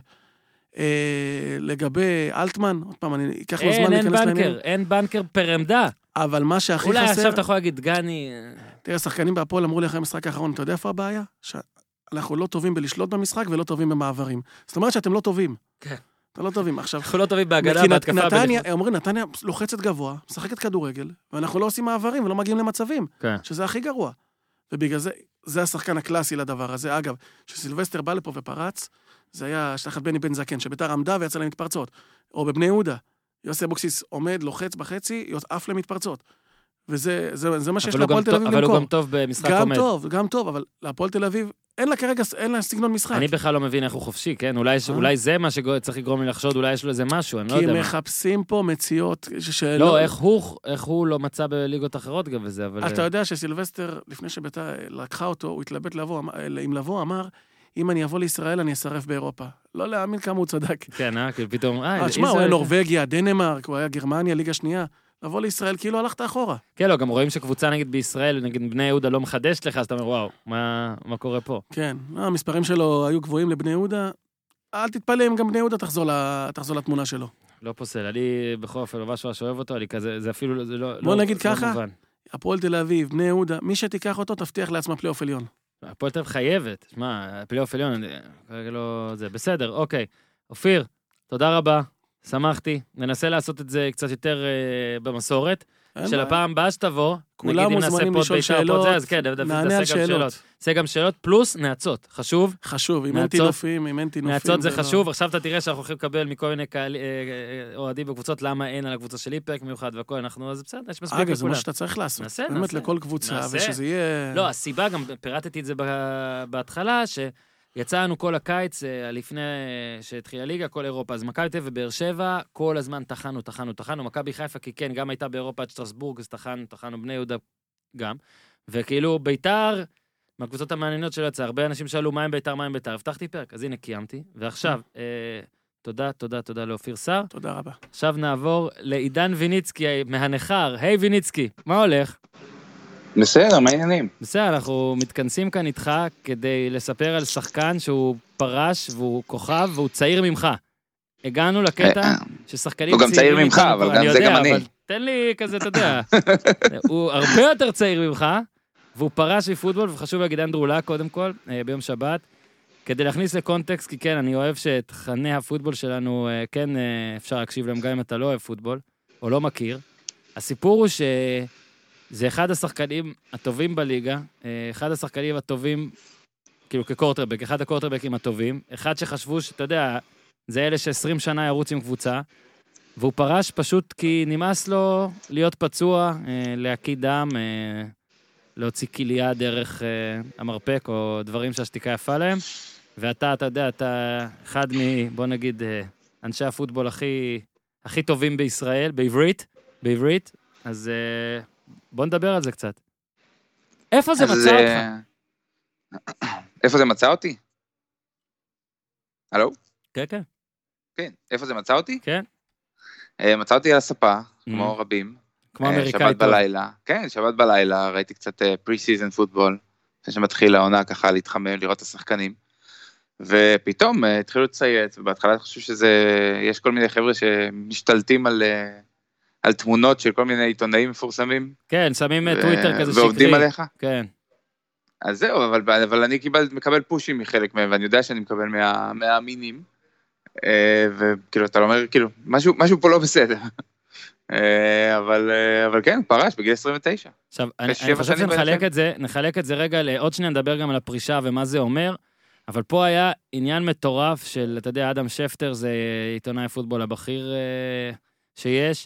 לגבי אלטמן, עוד פעם, אני אקח לו זמן להיכנס לעניין. אין בנקר, אין בנקר פר עמדה. אבל מה שהכי חסר... אולי עכשיו אתה יכול להגיד, גני... תראה, שחקנים בהפועל אמרו לי אחרי המשחק האחרון, אתה יודע איפה הבעיה? שאנחנו לא טובים בלשלוט במשחק ולא טובים במעברים. זאת אומרת שאתם לא טובים. כן. אתם לא טובים. עכשיו... אנחנו לא טובים בהגנה, בהתקפה. נתניה, אומרים, נתניה לוחצת גבוה, משחקת כדורגל, ואנחנו לא עושים מעברים ולא מגיעים למצבים. שזה הכי גרוע. ובגלל זה, זה השחקן הקלאסי לדבר הזה. אגב, שסילבסטר בא לפה ופרץ, זה היה שתחת בני בן זקן, שביתר עמדה ויצא למתפרצות. או בבני יהודה, יוסי אבוקסיס עומד, לוחץ בחצי, עף למתפרצות. וזה זה, זה מה שיש להפועל תל אביב למכור. אבל הוא גם טוב במשחק עומד. גם טוב, גם טוב, אבל להפועל תל אביב, אין לה כרגע, אין לה סגנון משחק. אני בכלל לא מבין איך הוא חופשי, כן? אולי, אולי זה מה שצריך לגרום לי לחשוד, אולי יש לו איזה משהו, אני לא יודע מה. כי מחפשים פה מציאות שלא... לא, איך הוא, איך הוא לא מצא בליגות אחרות גם וזה, אבל... אתה יודע שסילבסטר, לפני שביתר לקחה אותו, הוא התלבט לבוא, אם לבוא, אמר, אם אני אבוא לישראל, אני אשרף באירופה. לא להאמין כמה הוא צדק. כן, אה? כאילו פתאום... תשמע, הוא היה נורווגיה, דנמרק, הוא היה גרמניה, ליגה שנייה. לבוא לישראל, כאילו הלכת אחורה. כן, לא, גם רואים שקבוצה נגיד בישראל, נגיד בני יהודה לא מחדשת לך, אז אתה אומר, וואו, מה, מה קורה פה? כן, המספרים שלו היו גבוהים לבני יהודה, אל תתפלא אם גם בני יהודה תחזור, תחזור לתמונה שלו. לא פוסל, אני בכל אופן, משהו שאוהב אותו, אני כזה, זה אפילו, זה לא... בוא לא, נגיד לא ככה, מובן. הפועל תל אביב, בני יהודה, מי שתיקח אותו, תבטיח לעצמה פלייאוף עליון. הפועל תל אביב חייבת, שמע, פלייאוף עליון, כרגע לא... זה בסדר, אוקיי. אופיר, תודה רבה. שמחתי, ננסה לעשות את זה קצת יותר uh, במסורת, של הפעם הבאה שתבוא, כולם מוזמנים לשאול שאלות, זה, אז כן, נענה על שאלות. זה גם שאלות, פלוס נעצות, חשוב. חשוב, אם אין תינופים, אם אין תינופים. נעצות זה חשוב, עכשיו אתה תראה שאנחנו הולכים לקבל מכל מיני אוהדים בקבוצות, למה אין על הקבוצה שלי פרק מיוחד והכל, אנחנו, אז בסדר, יש מספיק לכולם. אגב, זה מה שאתה צריך לעשות, באמת לכל קבוצה, ושזה יהיה... לא, הסיבה, גם פירטתי את זה בהתחלה, ש... יצא לנו כל הקיץ, לפני שהתחילה ליגה, כל אירופה, אז מכבי תל אביב ובאר שבע, כל הזמן תחנו, תחנו, תחנו, מכבי חיפה, כי כן, גם הייתה באירופה עד שטרסבורג, אז תחנו, תחנו, בני יהודה גם, וכאילו ביתר, מהקבוצות המעניינות שלא יצא, הרבה אנשים שאלו מה עם ביתר, מה עם ביתר, הבטחתי פרק, אז הנה קיימתי, ועכשיו, אה, תודה, תודה, תודה לאופיר סער. תודה רבה. עכשיו נעבור לעידן ויניצקי, מהנחר, היי ויניצקי, מה הולך? בסדר, מה העניינים? בסדר, אנחנו מתכנסים כאן איתך כדי לספר על שחקן שהוא פרש והוא כוכב והוא צעיר ממך. הגענו לקטע ששחקנים צעירים... הוא גם צעיר ממך, אבל גם זה גם אני. תן לי כזה, אתה יודע. הוא הרבה יותר צעיר ממך, והוא פרש מפוטבול, וחשוב להגיד אנדרולה קודם כל, ביום שבת, כדי להכניס לקונטקסט, כי כן, אני אוהב שתכני הפוטבול שלנו, כן, אפשר להקשיב להם גם אם אתה לא אוהב פוטבול, או לא מכיר. הסיפור הוא ש... זה אחד השחקנים הטובים בליגה, אחד השחקנים הטובים, כאילו כקורטרבק, אחד הקורטרבקים הטובים, אחד שחשבו שאתה יודע, זה אלה שעשרים שנה ירוץ עם קבוצה, והוא פרש פשוט כי נמאס לו להיות פצוע, להקיא דם, להוציא כליה דרך המרפק, או דברים שהשתיקה יפה להם, ואתה, אתה יודע, אתה אחד מ, בוא נגיד, אנשי הפוטבול הכי, הכי טובים בישראל, בעברית, בעברית, אז... בוא נדבר על זה קצת. איפה זה מצא אותך? איפה זה מצא אותי? הלו? כן, כן. כן, איפה זה מצא אותי? כן. מצא אותי על הספה, כמו רבים. כמו אמריקאי שבת בלילה. כן, שבת בלילה, ראיתי קצת פרי-סיזן פוטבול, לפני שמתחיל העונה ככה להתחמם, לראות את השחקנים. ופתאום התחילו לצייץ, ובהתחלה אני חושב שזה, יש כל מיני חבר'ה שמשתלטים על, על תמונות של כל מיני עיתונאים מפורסמים. כן, שמים ו... טוויטר כזה שקרי. ועובדים עליך. כן. אז זהו, אבל, אבל אני קיבל, מקבל פושים מחלק מהם, ואני יודע שאני מקבל מה, מהאמינים, וכאילו, אתה אומר, כאילו, משהו, משהו פה לא בסדר. אבל, אבל כן, פרש בגיל עשרים ותשע. עכשיו, אני, אני חושב שנחלק את זה, נחלק את זה רגע לעוד שניה, נדבר גם על הפרישה ומה זה אומר, אבל פה היה עניין מטורף של, אתה יודע, אדם שפטר, זה עיתונאי פוטבול הבכיר שיש,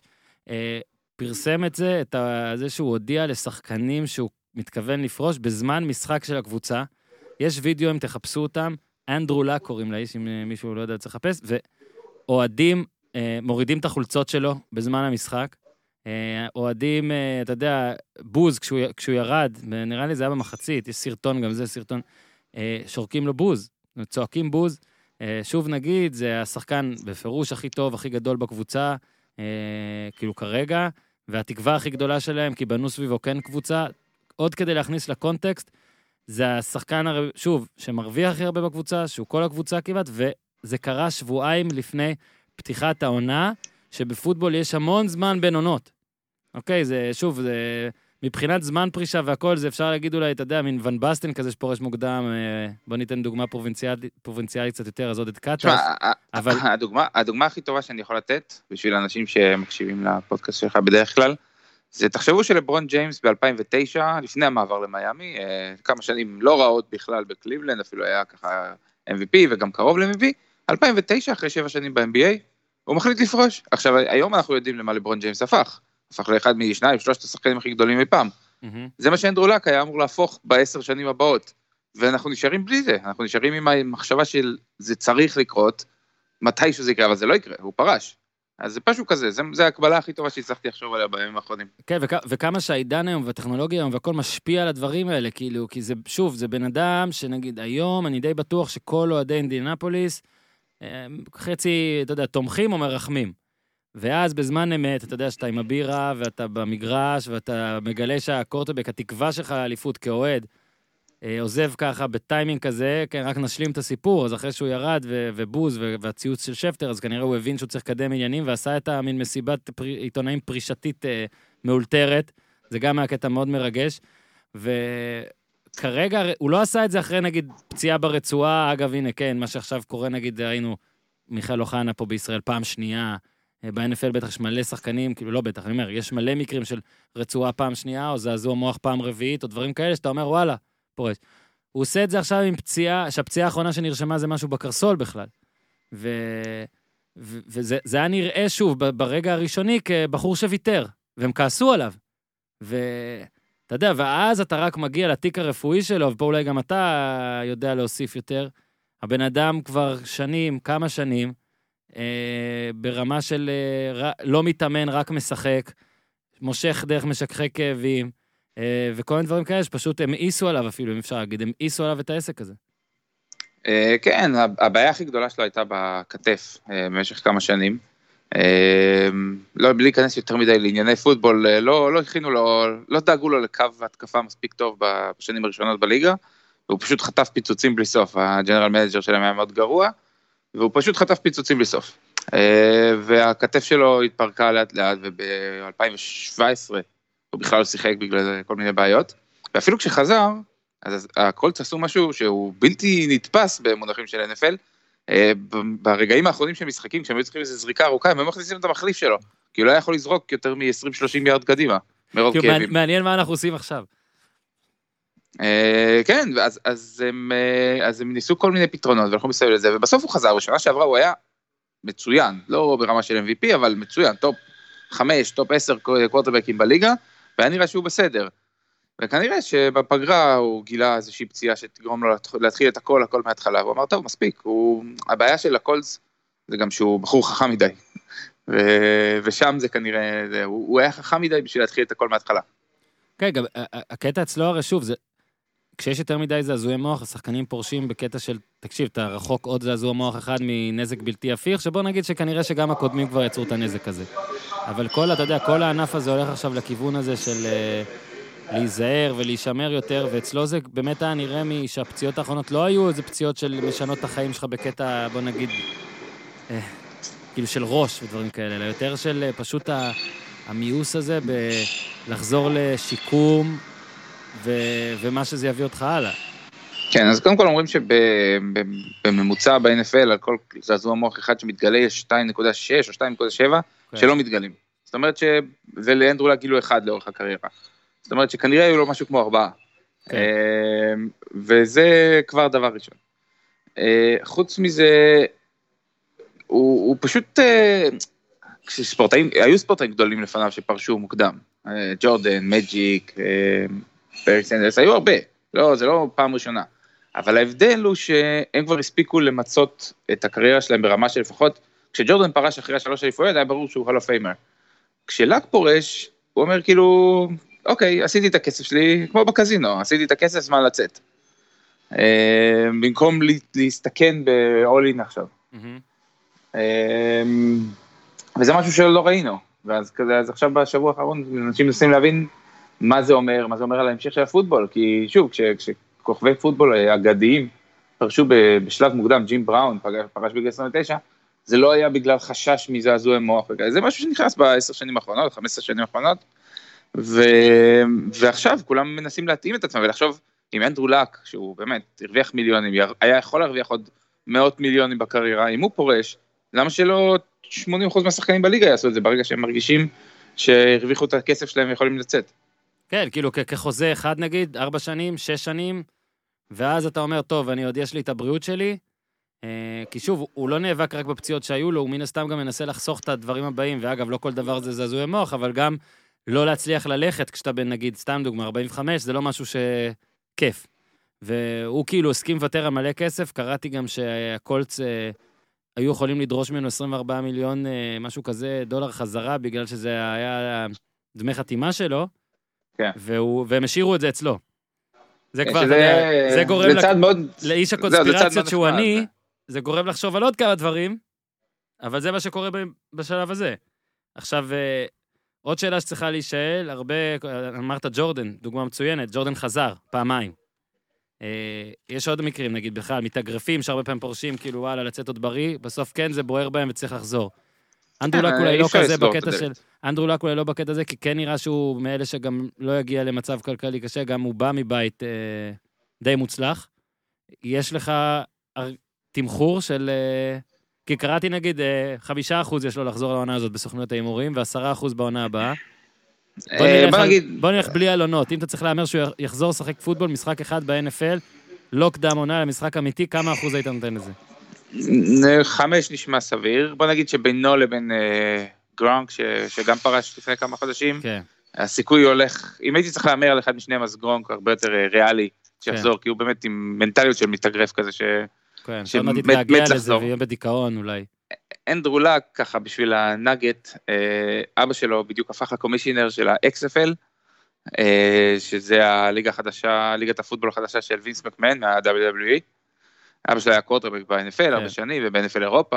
פרסם את זה, את זה שהוא הודיע לשחקנים שהוא מתכוון לפרוש בזמן משחק של הקבוצה. יש וידאו, אם תחפשו אותם, אנדרו לק קוראים לאיש, אם מישהו לא יודע צריך לחפש, ואוהדים מורידים את החולצות שלו בזמן המשחק, אוהדים, אתה יודע, בוז כשהוא, כשהוא ירד, נראה לי זה היה במחצית, יש סרטון, גם זה סרטון, שורקים לו בוז, צועקים בוז, שוב נגיד, זה השחקן בפירוש הכי טוב, הכי גדול בקבוצה, כאילו כרגע, והתקווה הכי גדולה שלהם, כי בנו סביבו כן קבוצה, עוד כדי להכניס לקונטקסט, זה השחקן, שוב, שמרוויח הכי הרבה בקבוצה, שהוא כל הקבוצה כמעט, וזה קרה שבועיים לפני פתיחת העונה, שבפוטבול יש המון זמן בין עונות. אוקיי, זה, שוב, זה, מבחינת זמן פרישה והכל, זה אפשר להגיד אולי, אתה יודע, מין ון בסטן כזה שפורש מוקדם, בוא ניתן דוגמה פרובינציאלית, פרובינציאלית קצת יותר, אז עוד את קטש. אבל... הדוגמה, הדוגמה הכי טובה שאני יכול לתת, בשביל אנשים שמקשיבים לפודקאסט שלך בדרך כלל, זה תחשבו שלברון ג'יימס ב-אלפיים ותשע, לפני המעבר למיימי, כמה שנים לא רעות בכלל בקליבלנד, אפילו היה ככה אם וי פי וגם קרוב ל-אם וי פי, אלפיים ותשע, אחרי שבע שנים ב-אן בי איי, הוא מחליט לפרוש. עכשיו, היום אנחנו יודעים למה לברון ג'יימס הפך. הפך לאחד משניים, שלושת השחקנים הכי גדולים מפעם. Mm-hmm. זה מה שאנדרו לק היה אמור להפוך בעשר שנים הבאות. ואנחנו נשארים בלי זה. אנחנו נשארים עם המחשבה של זה צריך לקרות, מתי שזה יקרה, אבל זה לא יקרה, הוא פרש. אז זה פשוט כזה, זה, זה הקבלה הכי טובה שהצלחתי לחשוב עליה בימים האחרונים. כן, וכ- וכמה שהעידן היום והטכנולוגיה היום והכל משפיע על הדברים האלה, כאילו, כי זה, שוב, זה בן אדם שנגיד היום, אני די בטוח שכל אוהדי אינדיאנפוליס, חצי, אתה יודע, תומכים או מרחמים. ואז בזמן אמת, אתה יודע שאתה עם הבירה, ואתה במגרש, ואתה מגלה שהקורטבק, התקווה שלך לאליפות כאוהד, עוזב ככה בטיימינג כזה, כן, רק נשלים את הסיפור, אז אחרי שהוא ירד ו- ובוז והציוץ של שפטר, אז כנראה הוא הבין שהוא צריך לקדם עניינים, ועשה את המין מסיבת פר... עיתונאים פרישתית אה, מאולתרת, זה גם היה קטע מאוד מרגש, וכרגע הוא לא עשה את זה אחרי נגיד פציעה ברצועה, אגב הנה כן, מה שעכשיו קורה נגיד, ראינו מיכאל אוחנה פה בישראל פעם שנייה, ב-אן אף אל בטח יש מלא שחקנים, כאילו לא בטח, אני אומר, יש מלא מקרים של רצועה פעם שנייה, או זעזוע מוח פעם רביעית, או דברים כאלה שאתה אומר, וואלה, פורש. הוא עושה את זה עכשיו עם פציעה, שהפציעה האחרונה שנרשמה זה משהו בקרסול בכלל. ו... ו... וזה זה היה נראה שוב ברגע הראשוני כבחור שוויתר, והם כעסו עליו. ואתה יודע, ואז אתה רק מגיע לתיק הרפואי שלו, ופה אולי גם אתה יודע להוסיף יותר, הבן אדם כבר שנים, כמה שנים, אה, ברמה של אה, לא מתאמן, רק משחק, מושך דרך משככי כאבים, אה, וכל מיני דברים כאלה שפשוט הם איסו עליו אפילו, אם אפשר להגיד, הם איסו עליו את העסק הזה. אה, כן, הבעיה הכי גדולה שלו הייתה בכתף אה, במשך כמה שנים. אה, לא, בלי להיכנס יותר מדי לענייני פוטבול, אה, לא, לא הכינו לו, לא דאגו לו לקו התקפה מספיק טוב בשנים הראשונות בליגה, והוא פשוט חטף פיצוצים בלי סוף, הג'נרל מנג'ר שלהם היה מאוד גרוע, והוא פשוט חטף פיצוצים בלי סוף. והכתף שלו התפרקה לאט לאט, וב-אלפיים שבע עשרה הוא בכלל לא שיחק בגלל כל מיני בעיות, ואפילו כשחזר, אז הקולץ עשו משהו שהוא בלתי נתפס במונחים של אן אף אל, ברגעים האחרונים של משחקים, כשהם היו צריכים איזו זריקה ארוכה, הם מכניסים את המחליף שלו, כי הוא לא יכול לזרוק יותר מ-עשרים שלושים יארד קדימה, מרוב כאבים. מעניין מה אנחנו עושים עכשיו. כן, אז, אז, הם, אז הם ניסו כל מיני פתרונות, ואנחנו מסביב לזה, ובסוף הוא חזר, בשנה שעברה הוא היה מצוין, לא ברמה של אם וי פי, אבל מצוין, טופ חמש, טופ עשר קוורטרבקים בליגה, והיה נראה שהוא בסדר. וכנראה שבפגרה הוא גילה איזושהי פציעה שתגרום לו להתחיל את הכל, הכל מההתחלה, הוא אמר, טוב, מספיק, הוא, הבעיה של הקולס זה גם שהוא בחור חכם מדי, ו, ושם זה כנראה, זה, הוא, הוא היה חכם מדי בשביל להתחיל את הכל מההתחלה. כן, גם הקטע אצלו הרי שוב, זה, כשיש יותר מדי זעזועי מוח, השחקנים פורשים בקטע של, תקשיב, אתה רחוק עוד זעזוע מוח אחד מנזק בלתי הפיך, שבוא נגיד שכנראה שגם הקודמים כבר יצרו את הנזק הזה. אבל כל, אתה יודע, כל הענף הזה הולך עכשיו לכיוון הזה של להיזהר ולהישמר יותר, ואצלו זה באמת היה נראה שהפציעות האחרונות לא היו איזה פציעות של משנות את החיים שלך בקטע, בוא נגיד, אה, כאילו של ראש ודברים כאלה, אלא יותר של פשוט המיוס הזה בלחזור לשיקום, ו- ומה שזה יביא אותך הלאה. כן, אז קודם כל אומרים שבממוצע ב-אן אף אל, על כל זעזוע מוח אחד שמתגלה, יש שתיים נקודה שש או שתיים נקודה שבע שלא מתגלים. זאת אומרת שזה לאנדרו לה גילו אחד לאורך הקריירה. זאת אומרת שכנראה היו לו משהו כמו ארבעה. וזה כבר דבר ראשון. חוץ מזה, הוא, הוא פשוט, כשספורטאים, היו ספורטאים גדולים לפניו שפרשו מוקדם. ג'ורדן, מג'יק, ברי סנדרס, היו הרבה. לא, זה לא פעם ראשונה. אבל ההבדל הוא שהם כבר הספיקו למצות את הקריירה שלהם ברמה של לפחות, כשג'ורדן פרש אחרי השלוש אליפויות, היה ברור שהוא הול אוף פיימר. כשלאק פורש, הוא אומר כאילו, אוקיי, עשיתי את הכסף שלי, כמו בקזינו, עשיתי את הכסף, זמן לצאת. במקום להסתכן ב-all in עכשיו. וזה משהו שלא ראינו. ואז כזה, אז עכשיו בשבוע האחרון, אנשים מנסים להבין מה זה אומר, מה זה אומר על ההמשך של הפוטבול, כי שוב, כשכוכבי פוטבול אגדיים פרשו בשלב מוקדם, ג'ים בראון פרש בגיל עשרים ותשע, זה לא היה בגלל חשש מזעזועי מוח, זה משהו שנכנס בעשר שנים האחרונות, חמש עשרה שנים האחרונות, ו... ועכשיו כולם מנסים להתאים את עצמם, ולחשוב עם אנדרו לק, שהוא באמת הרוויח מיליונים, היה יכול להרוויח עוד מאות מיליונים בקריירה, אם הוא פורש, למה שלא שמונים אחוז מהשחקנים בליגה יעשו את זה, ברגע שהם מרגישים שהרוויחו את הכסף שלהם ויכולים לצאת? כן, כאילו כחוזה אחד נגיד, ארבע שנים, שש שנים, ואז אתה אומר, טוב, אני עוד יש לי את הבריאות שלי, כי שוב, הוא לא נאבק רק בפציעות שהיו לו, הוא מן הסתם גם מנסה לחסוך את הדברים הבאים, ואגב, לא כל דבר זה זעזועי מוח, אבל גם לא להצליח ללכת, כשאתה בין, נגיד, סתם דוגמה, ארבעים וחמש, זה לא משהו שכיף. והוא כאילו הסכים לוותר על מלא כסף, קראתי גם שהקולץ היו יכולים לדרוש ממנו עשרים וארבעה מיליון, משהו כזה, דולר חזרה, בגלל שזה היה דמי חתימה שלו, כן. והוא, והם השאירו את זה אצלו. זה כבר, שזה, זה גורם זה לק... מאוד... לאיש הקונספירציות שהוא אני, זה גורם לחשוב על עוד כמה דברים, אבל זה מה שקורה בשלב הזה. עכשיו, עוד שאלה שצריכה להישאל, הרבה, אמרת ג'ורדן, דוגמה מצוינת, ג'ורדן חזר, פעמיים. יש עוד מקרים, נגיד בכלל, מתאגרפים, שהרבה פעמים פורשים, כאילו, וואלה, לצאת עוד בריא, בסוף כן, זה בוער בהם וצריך לחזור. אנדרו לק אולי לא כזה בקטע של... אנדרו לק אולי לא בקטע הזה, כי כן נראה שהוא מאלה שגם לא יגיע למצב כלכלי קשה, גם הוא בא מבית אה, די מוצלח. יש לך תמחור של... אה, כי קראתי נגיד, אה, חמישה אחוז יש לו לחזור לעונה הזאת בסוכנויות האימורים, ועשרה אחוז בעונה הבאה. בוא נלך, על, בוא נלך בלי עלונות. אם אתה צריך לאמר שהוא יחזור לשחק פוטבול, משחק אחד ב-אן אף אל, לא קדם עונה למשחק אמיתי, כמה אחוז היית נותן לזה? חמש נשמע סביר. בוא נגיד שבינו לבין אה, גרונק, ש, שגם פרש לפני כמה חודשים, כן. הסיכוי הולך, אם הייתי צריך לאמר על אחד משניהם, אז גרונק הרבה יותר ריאלי שיחזור, כן. כי הוא באמת עם מנטליות של מתאגרף כזה, ש... כן, שעוד מעט להגיע לזה ויהיה בדיכאון אולי. אנדרו לק, ככה בשביל הנגט, אבא שלו בדיוק הפך לקומישיונר של ה-אקס אף אל, שזה הליגה החדשה, ליגת הפוטבול החדשה של וינס מקמן מה-דאבליו דאבליו אי. אבא שלו היה קוורטרבק ב-אן אף אל הרבה שנים, וב-אן אף אל אירופה.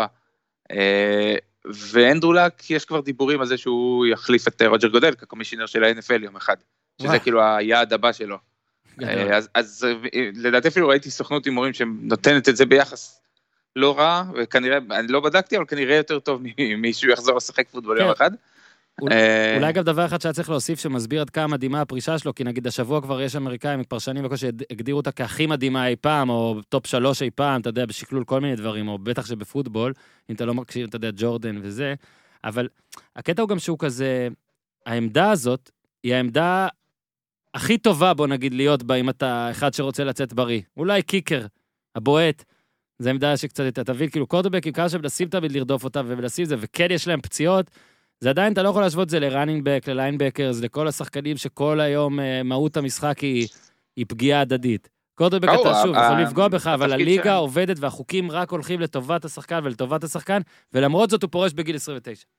ואנדרו לק, יש כבר דיבורים על זה שהוא יחליף את רוג'ר גודל כקומישיונר של ה-אן אף אל יום אחד, שזה כאילו היעד הבא שלו. אז לדעתי אפילו ראיתי סוכנות הימורים שנותנת את זה ביחס לא רע, וכנראה, אני לא בדקתי, אבל כנראה יותר טוב ממישהו יחזור לשחק פוטבול יום אחד. אולי גם דבר אחד שהיה צריך להוסיף שמסביר עד כמה מדהימה הפרישה שלו, כי נגיד השבוע כבר יש אמריקאים פרשנים וכל שהגדירו אותה כהכי מדהימה אי פעם, או טופ שלוש אי פעם, אתה יודע, בשקלול כל מיני דברים, או בטח שבפוטבול, אם אתה לא מקשיב, אתה יודע, ג'ורדן וזה, אבל הקטע הוא גם שהוא כזה, העמדה הזאת היא העמדה הכי טובה, בוא נגיד, להיות בה, אם אתה אחד שרוצה לצאת בריא. אולי קיקר, הבועט, זה עמדה שקצת אתה תבין, כאילו קורטרבקים, כמה שמנסים תמיד לרדוף אותה ולשים את זה, וכן יש להם פציעות, זה עדיין, אתה לא יכול להשוות זה לראנינג-בק, לליינבקרס, לכל השחקנים שכל היום מהות המשחק היא, היא פגיעה הדדית. קורטרבק אתה שוב, יכול לפגוע בך, אבל הליגה עובדת והחוקים רק הולכים לטובת השחקן ולטובת השחקן, ולמרות זאת הוא פורש בגיל עשרים ותשע.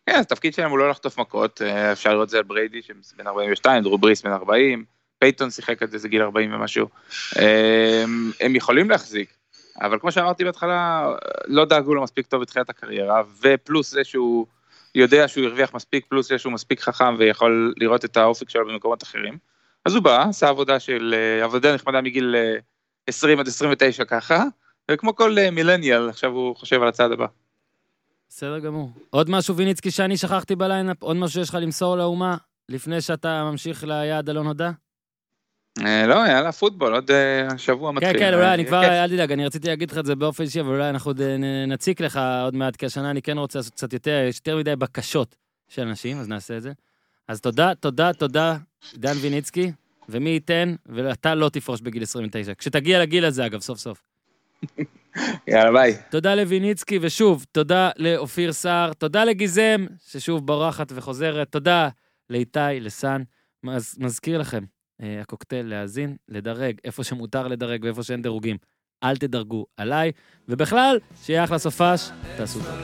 כן, אז התפקיד שלהם הוא לא לחטוף מכות, אפשר לראות את זה על בריידי, שבן ארבעים ושתיים, דרו בריס בן ארבעים, פייטון שיחק את זה גיל ארבעים ומשהו. הם יכולים להחזיק, אבל כמו שאמרתי בהתחלה, לא דאגו לו מספיק טוב בתחילת הקריירה, ופלוס זה שהוא יודע שהוא הרוויח מספיק, פלוס זה שהוא מספיק חכם ויכול לראות את האופק שלו במקומות אחרים. אז הוא בא, עשה עבודה של, עבודה נחמדה מגיל עשרים עד עשרים ותשע ככה, וכמו כל מילניאל, עכשיו הוא חושב על הצעד הבא. בסדר גמור. עוד משהו ויניצקי שאני שכחתי בליינאפ, עוד משהו שיש לך למסור לאומה, לפני שאתה ממשיך ליעד הלא נודע? לא, יאללה, פוטבול, עוד שבוע מתחיל. כן, כן, אולי, אני כבר, אל תדאג, אני רציתי להגיד לך את זה באופן אישי, אבל אולי אנחנו נציק לך עוד מעט, כי השנה אני כן רוצה לעשות קצת יותר, יש יותר מדי בקשות של אנשים, אז נעשה את זה. אז תודה, תודה, תודה, דן ויניצקי, ומי ייתן, ואתה לא תפרוש בגיל עשרים ותשע. כשתגיע לגיל הזה, אגב, סוף סוף. יאללה, ביי. תודה לויניצקי, ושוב, תודה לאופיר סער, תודה לגיזם, ששוב ברחת וחוזרת, תודה לאיתי, לסן, מז, מזכיר לכם, אה, הקוקטייל להאזין, לדרג, איפה שמותר לדרג ואיפה שאין דירוגים, אל תדרגו עליי, ובכלל, שיהיה אחלה סופש, תעשו טוב.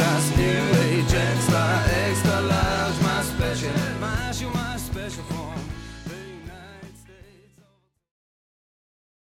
Special form.